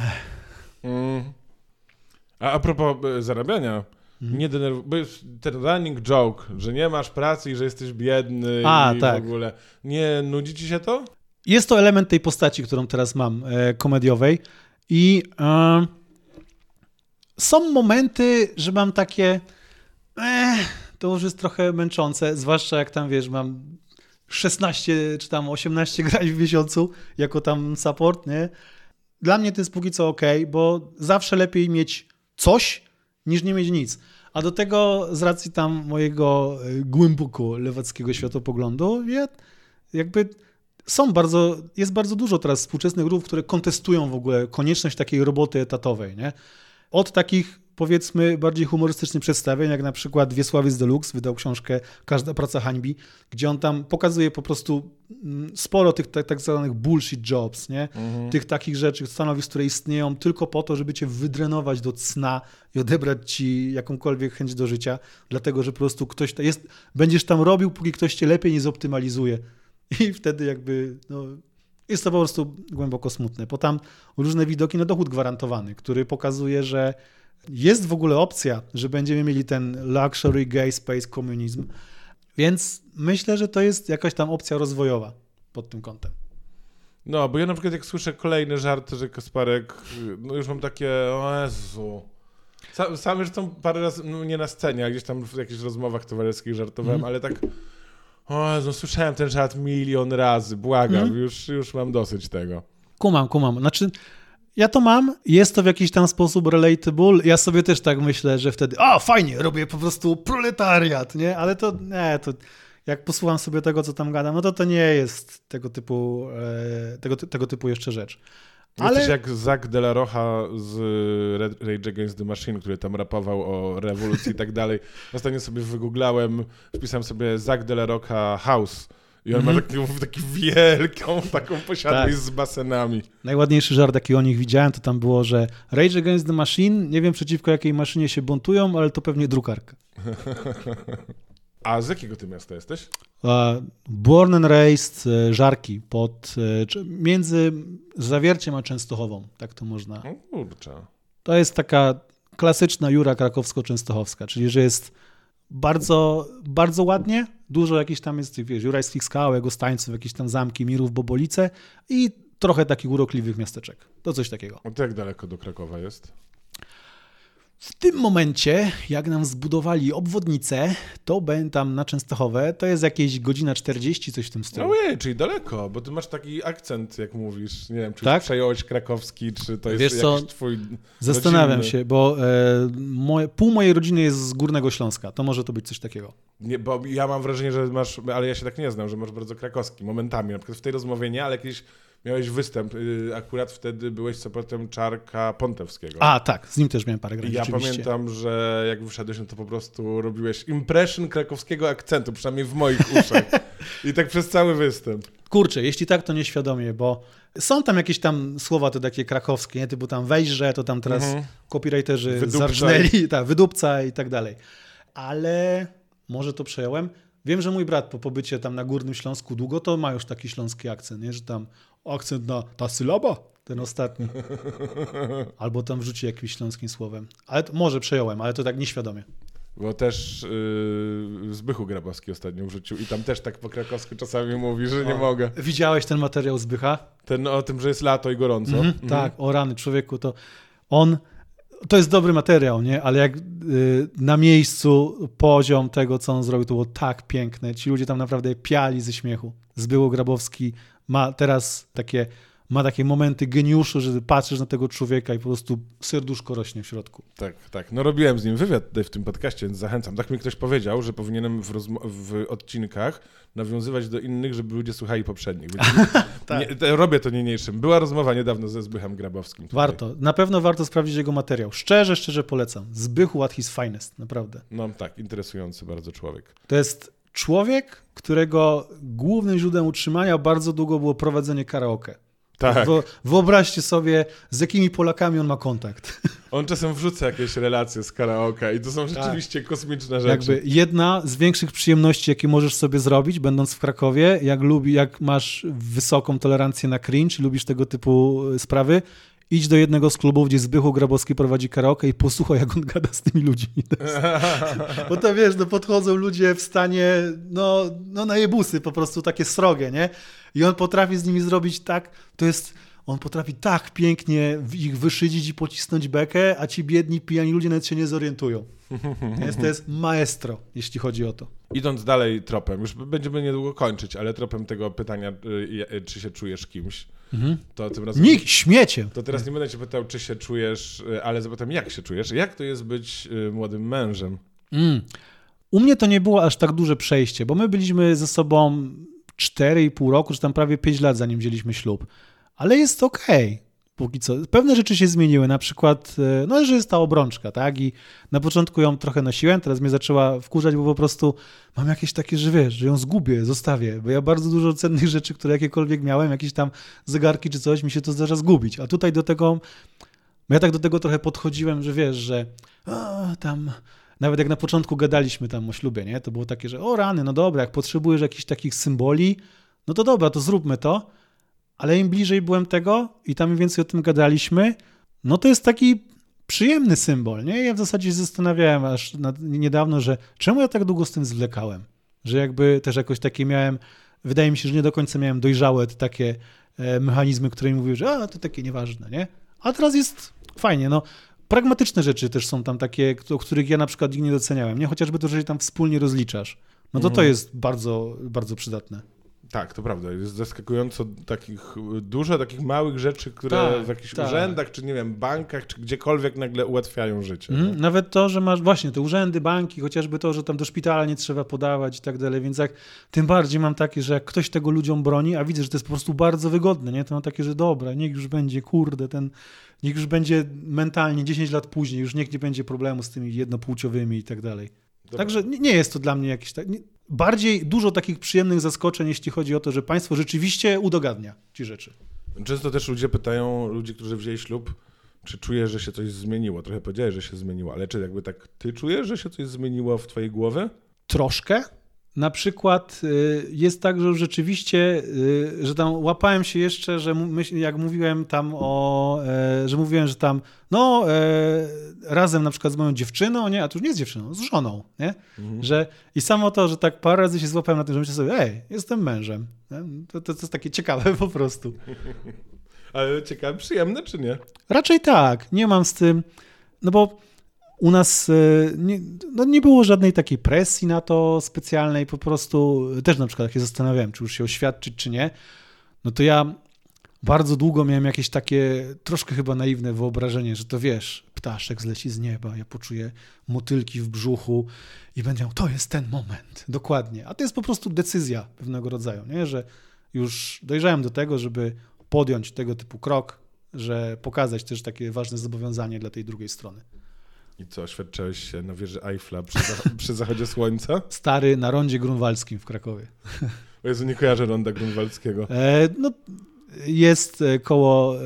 Mm. A a propos e, zarabiania, mm. nie denerw... bo jest ten running joke, że nie masz pracy i że jesteś biedny A, i tak. w ogóle. Nie nudzi ci się to? Jest to element tej postaci, którą teraz mam, e, komediowej i e, są momenty, że mam takie e, to już jest trochę męczące, zwłaszcza jak tam, wiesz, mam szesnaście czy tam osiemnaście grań w miesiącu jako tam support, nie? Dla mnie to jest póki co okej, bo zawsze lepiej mieć coś, niż nie mieć nic. A do tego z racji tam mojego głęboko lewackiego światopoglądu, ja jakby są bardzo, jest bardzo dużo teraz współczesnych ruchów, które kontestują w ogóle konieczność takiej roboty etatowej, nie? Od takich, powiedzmy, bardziej humorystycznych przedstawień, jak na przykład Wiesławiec Deluxe wydał książkę Każda praca hańbi, gdzie on tam pokazuje po prostu sporo tych tak, tak zwanych bullshit jobs, nie? Mhm. Tych takich rzeczy, stanowisk, które istnieją tylko po to, żeby cię wydrenować do cna i odebrać ci jakąkolwiek chęć do życia, dlatego, że po prostu ktoś to jest, będziesz tam robił, póki ktoś cię lepiej nie zoptymalizuje. I wtedy jakby, no, jest to po prostu głęboko smutne. Potem różne widoki na dochód gwarantowany, który pokazuje, że jest w ogóle opcja, że będziemy mieli ten luxury gay space communism, więc myślę, że to jest jakaś tam opcja rozwojowa pod tym kątem. No, bo ja na przykład jak słyszę kolejny żart, że Kasparek, no już mam takie, o Jezu. Sam, sam już tam parę razy, no nie na scenie, a gdzieś tam w jakichś rozmowach towarzyskich żartowałem, mm. ale tak, o Jezu, słyszałem ten żart milion razy, błagam, mm. już, już mam dosyć tego. Kumam, kumam. Znaczy, ja to mam, jest to w jakiś tam sposób relatable. Ja sobie też tak myślę, że wtedy, a fajnie, robię po prostu proletariat, nie? Ale to, nie, to jak posłucham sobie tego, co tam gadam, no to to nie jest tego typu, e, tego, tego typu jeszcze rzecz. Ale... Jesteś jak Zach de la Rocha z Rage Against the Machine, który tam rapował o rewolucji i tak dalej. Ostatnio sobie wygooglałem, wpisałem sobie Zach de la Rocha House. I on mm-hmm. ma taką, taką wielką taką posiadłość tak. z basenami. Najładniejszy żart, jaki o nich widziałem, to tam było, że Rage Against the Machine, nie wiem przeciwko jakiej maszynie się buntują, ale to pewnie drukarka. A z jakiego ty miasta jesteś? Uh, born and raised, Żarki, pod, między Zawierciem a Częstochową, tak to można. O kurczę. To jest taka klasyczna Jura krakowsko-częstochowska, czyli że jest bardzo, bardzo ładnie, dużo jakichś tam jest tych, wiesz, jurajskich skał, Gostańców, jakieś tam zamki, Mirów, Bobolice i trochę takich urokliwych miasteczek. To coś takiego. A to jak daleko do Krakowa jest? W tym momencie, jak nam zbudowali obwodnicę, to będę tam na Częstochowę, to jest jakieś godzina czterdzieści, coś w tym stylu. Ojej, czyli daleko, bo ty masz taki akcent, jak mówisz. Nie wiem, czy tak? przejąłeś krakowski, czy to jest Wiesz jakiś co, twój zastanawiam rodzinny... się, bo e, moje, pół mojej rodziny jest z Górnego Śląska, to może to być coś takiego. Nie, bo ja mam wrażenie, że masz, ale ja się tak nie znam, że masz bardzo krakowski momentami. Na przykład w tej rozmowie nie, ale jakiś miałeś występ. Akurat wtedy byłeś supportem Czarka Pontewskiego. A, tak, z nim też miałem parę I grań, ja rzeczywiście. pamiętam, że jak wyszedłeś, no to po prostu robiłeś impression krakowskiego akcentu, przynajmniej w moich uszach. I tak przez cały występ. Kurczę, jeśli tak, to nieświadomie, bo są tam jakieś tam słowa te takie krakowskie, nie? Typu tam wejrze, to tam teraz Mhm. copywriterzy Wydupcaj. zarżnęli, tak, wydupca i tak dalej. Ale może to przejąłem. Wiem, że mój brat po pobycie tam na Górnym Śląsku długo, to ma już taki śląski akcent, nie? Że tam akcent na ta sylaba, ten ostatni. Albo tam wrzuci jakimś śląskim słowem. Ale to, może przejąłem, ale to tak nieświadomie. Bo też yy, Zbychu Grabowski ostatnio wrzucił i tam też tak po krakowsku czasami mówi, że nie O, mogę. Widziałeś ten materiał Zbycha? Ten o tym, że jest lato i gorąco. Mhm, Mhm. Tak, o rany, człowieku, to on, to jest dobry materiał, nie? Ale jak y, na miejscu poziom tego, co on zrobił, to było tak piękne. Ci ludzie tam naprawdę piali ze śmiechu. Zbyło Grabowski ma teraz takie, ma takie momenty geniuszu, że patrzysz na tego człowieka i po prostu serduszko rośnie w środku. Tak, tak. No robiłem z nim wywiad tutaj w tym podcaście, więc zachęcam. Tak mi ktoś powiedział, że powinienem w, rozmo- w odcinkach nawiązywać do innych, żeby ludzie słuchali poprzednich. Więc Tak. nie, te, robię to niniejszym. Była rozmowa niedawno ze Zbychem Grabowskim. Tutaj. Warto, na pewno warto sprawdzić jego materiał. Szczerze, szczerze polecam. Zbychu at his finest, naprawdę. No tak, interesujący bardzo człowiek. To jest człowiek, którego głównym źródłem utrzymania bardzo długo było prowadzenie karaoke. Tak. Wo- wyobraźcie sobie, z jakimi Polakami on ma kontakt. On czasem wrzuca jakieś relacje z karaoke i to są rzeczywiście tak. kosmiczne rzeczy. Jakby jedna z większych przyjemności, jakie możesz sobie zrobić, będąc w Krakowie, jak, lubi, jak masz wysoką tolerancję na cringe, lubisz tego typu sprawy, idź do jednego z klubów, gdzie Zbychu Grabowski prowadzi karaoke i posłuchaj, jak on gada z tymi ludźmi. To jest... Bo to wiesz, no podchodzą ludzie w stanie, no, no najebusy, po prostu takie srogie, nie? I on potrafi z nimi zrobić tak, to jest, on potrafi tak pięknie ich wyszydzić i pocisnąć bekę, a ci biedni, pijani ludzie nawet się nie zorientują. Jest, to jest maestro, jeśli chodzi o to. Idąc dalej tropem, już będziemy niedługo kończyć, ale tropem tego pytania, y, czy się czujesz kimś, Mhm. to tym razem... Nikt, śmiecie! To teraz nie będę cię pytał, czy się czujesz, ale zapytam, jak się czujesz? Jak to jest być młodym mężem? Mm. U mnie to nie było aż tak duże przejście, bo my byliśmy ze sobą cztery i pół roku, czy tam prawie pięć lat, zanim wzięliśmy ślub. Ale jest okej. Okay. Póki co. Pewne rzeczy się zmieniły, na przykład, no, że jest ta obrączka, tak? I na początku ją trochę nosiłem, teraz mnie zaczęła wkurzać, bo po prostu mam jakieś takie, że wiesz, że ją zgubię, zostawię, bo ja bardzo dużo cennych rzeczy, które jakiekolwiek miałem, jakieś tam zegarki czy coś, mi się to zdarza zgubić. A tutaj do tego, ja tak do tego trochę podchodziłem, że wiesz, że o, tam... Nawet jak na początku gadaliśmy tam o ślubie, nie? To było takie, że o rany, no dobra, jak potrzebujesz jakichś takich symboli, no to dobra, to zróbmy to. Ale im bliżej byłem tego i tam im więcej o tym gadaliśmy, no to jest taki przyjemny symbol, nie? Ja w zasadzie się zastanawiałem aż nad, niedawno, że czemu ja tak długo z tym zwlekałem? Że jakby też jakoś takie miałem, wydaje mi się, że nie do końca miałem dojrzałe te takie e, mechanizmy, które mi mówiły, że a, to takie nieważne, nie? A teraz jest fajnie, no. Pragmatyczne rzeczy też są tam takie, o których ja na przykład nigdy nie doceniałem, nie? Chociażby to, że się tam wspólnie rozliczasz. No to Mhm. to jest bardzo, bardzo przydatne. Tak, to prawda. Jest zaskakująco takich dużo takich małych rzeczy, które Tak, w jakichś tak. urzędach, czy nie wiem, bankach, czy gdziekolwiek nagle ułatwiają życie. Mhm. nie? Nawet to, że masz właśnie te urzędy, banki, chociażby to, że tam do szpitala nie trzeba podawać i tak dalej, więc jak tym bardziej mam takie, że jak ktoś tego ludziom broni, a widzę, że to jest po prostu bardzo wygodne, nie? To mam takie, że dobra, niech już będzie, kurde, ten, niech już będzie mentalnie dziesięć lat później, już niech nie będzie problemu z tymi jednopłciowymi i tak dalej. Dobra. Także nie, nie jest to dla mnie jakiś tak... Nie, bardziej dużo takich przyjemnych zaskoczeń, jeśli chodzi o to, że państwo rzeczywiście udogadnia ci rzeczy. Często też ludzie pytają, ludzi, którzy wzięli ślub, czy czujesz, że się coś zmieniło? Trochę powiedziałeś, że się zmieniło, ale czy jakby tak ty czujesz, że się coś zmieniło w twojej głowie? Troszkę. Na przykład y, jest tak, że rzeczywiście, y, że tam łapałem się jeszcze, że myśl, jak mówiłem tam o, e, że mówiłem, że tam, no e, razem na przykład z moją dziewczyną, nie, a to już nie z dziewczyną, z żoną, nie? Mhm. Że i samo to, że tak parę razy się złapałem na tym, że myślę sobie, ej, jestem mężem. Nie? To, to, to jest takie ciekawe po prostu. Ale ciekawe, przyjemne czy nie? Raczej tak, nie mam z tym, no bo U nas nie, no nie było żadnej takiej presji na to specjalnej, po prostu też na przykład jak się zastanawiałem, czy już się oświadczyć, czy nie, no to ja bardzo długo miałem jakieś takie troszkę chyba naiwne wyobrażenie, że to wiesz, ptaszek zleci z nieba, ja poczuję motylki w brzuchu i będę miał, to jest ten moment, dokładnie. A to jest po prostu decyzja pewnego rodzaju, nie? Że już dojrzałem do tego, żeby podjąć tego typu krok, że pokazać też takie ważne zobowiązanie dla tej drugiej strony. I co, oświadczałeś się na wieży Eiffla przy, zach- przy zachodzie słońca? Stary, na rondzie grunwaldzkim w Krakowie. O Jezu, nie kojarzę ronda grunwaldzkiego. E, no, jest koło, e,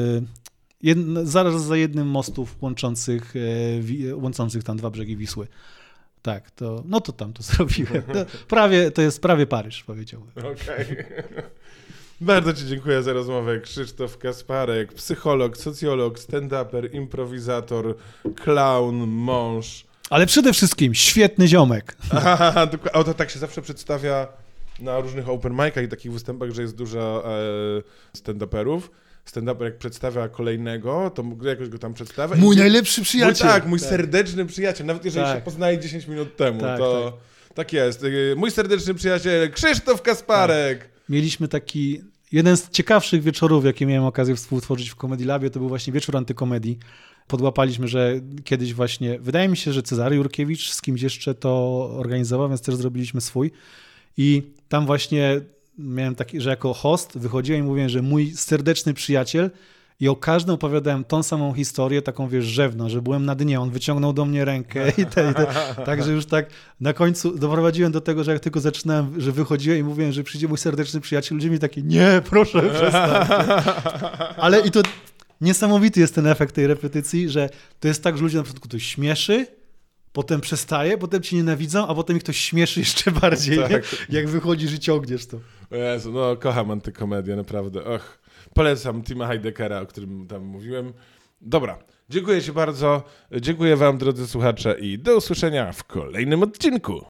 jedno, zaraz za jednym mostów łączących, e, wi, łączących tam dwa brzegi Wisły. Tak, to, no to tam to zrobiłem. To, prawie, to jest prawie Paryż, powiedziałbym. Okej. Okay. Bardzo ci dziękuję za rozmowę. Krzysztof Kasparek, psycholog, socjolog, stand-uper, improwizator, clown, mąż. Ale przede wszystkim świetny ziomek. Aha, a to tak się zawsze przedstawia na różnych open micach i takich występach, że jest dużo e, stand-uperów. Stand-uper jak przedstawia kolejnego, to jakoś go tam przedstawia. Mój i najlepszy przyjaciel. Mój, tak, mój tak. serdeczny przyjaciel. Nawet jeżeli tak. się poznaje dziesięć minut temu, tak, to tak. tak jest. Mój serdeczny przyjaciel Krzysztof Kasparek. Tak. Mieliśmy taki, jeden z ciekawszych wieczorów, jakie miałem okazję współtworzyć w Comedy Labie, to był właśnie wieczór antykomedii. Podłapaliśmy, że kiedyś właśnie, wydaje mi się, że Cezary Jurkiewicz z kimś jeszcze to organizował, więc też zrobiliśmy swój. I tam właśnie miałem taki, że jako host wychodziłem i mówiłem, że mój serdeczny przyjaciel i o każdym opowiadałem tą samą historię, taką wiesz, rzewną, że byłem na dnie, on wyciągnął do mnie rękę i te, i te. Także już tak na końcu doprowadziłem do tego, że jak tylko zaczynałem, że wychodziłem i mówiłem, że przyjdzie mój serdeczny przyjaciel, ludzie mi takie, nie, proszę, przestań. Ale i to niesamowity jest ten efekt tej repetycji, że to jest tak, że ludzie na początku to śmieszy, potem przestaje, potem cię nienawidzą, a potem ich ktoś śmieszy jeszcze bardziej, tak. jak wychodzisz i ciągniesz to. O Jezu, no kocham antykomedię, naprawdę. Och, polecam Tima Heideckera, o którym tam mówiłem. Dobra, dziękuję ci bardzo, dziękuję wam, drodzy słuchacze, i do usłyszenia w kolejnym odcinku.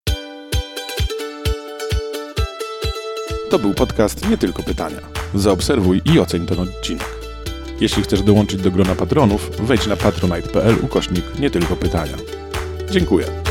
To był podcast Nie Tylko Pytania. Zaobserwuj i oceń ten odcinek. Jeśli chcesz dołączyć do grona patronów, wejdź na patronite kropka pl ukośnik Nie Tylko Pytania. Dziękuję.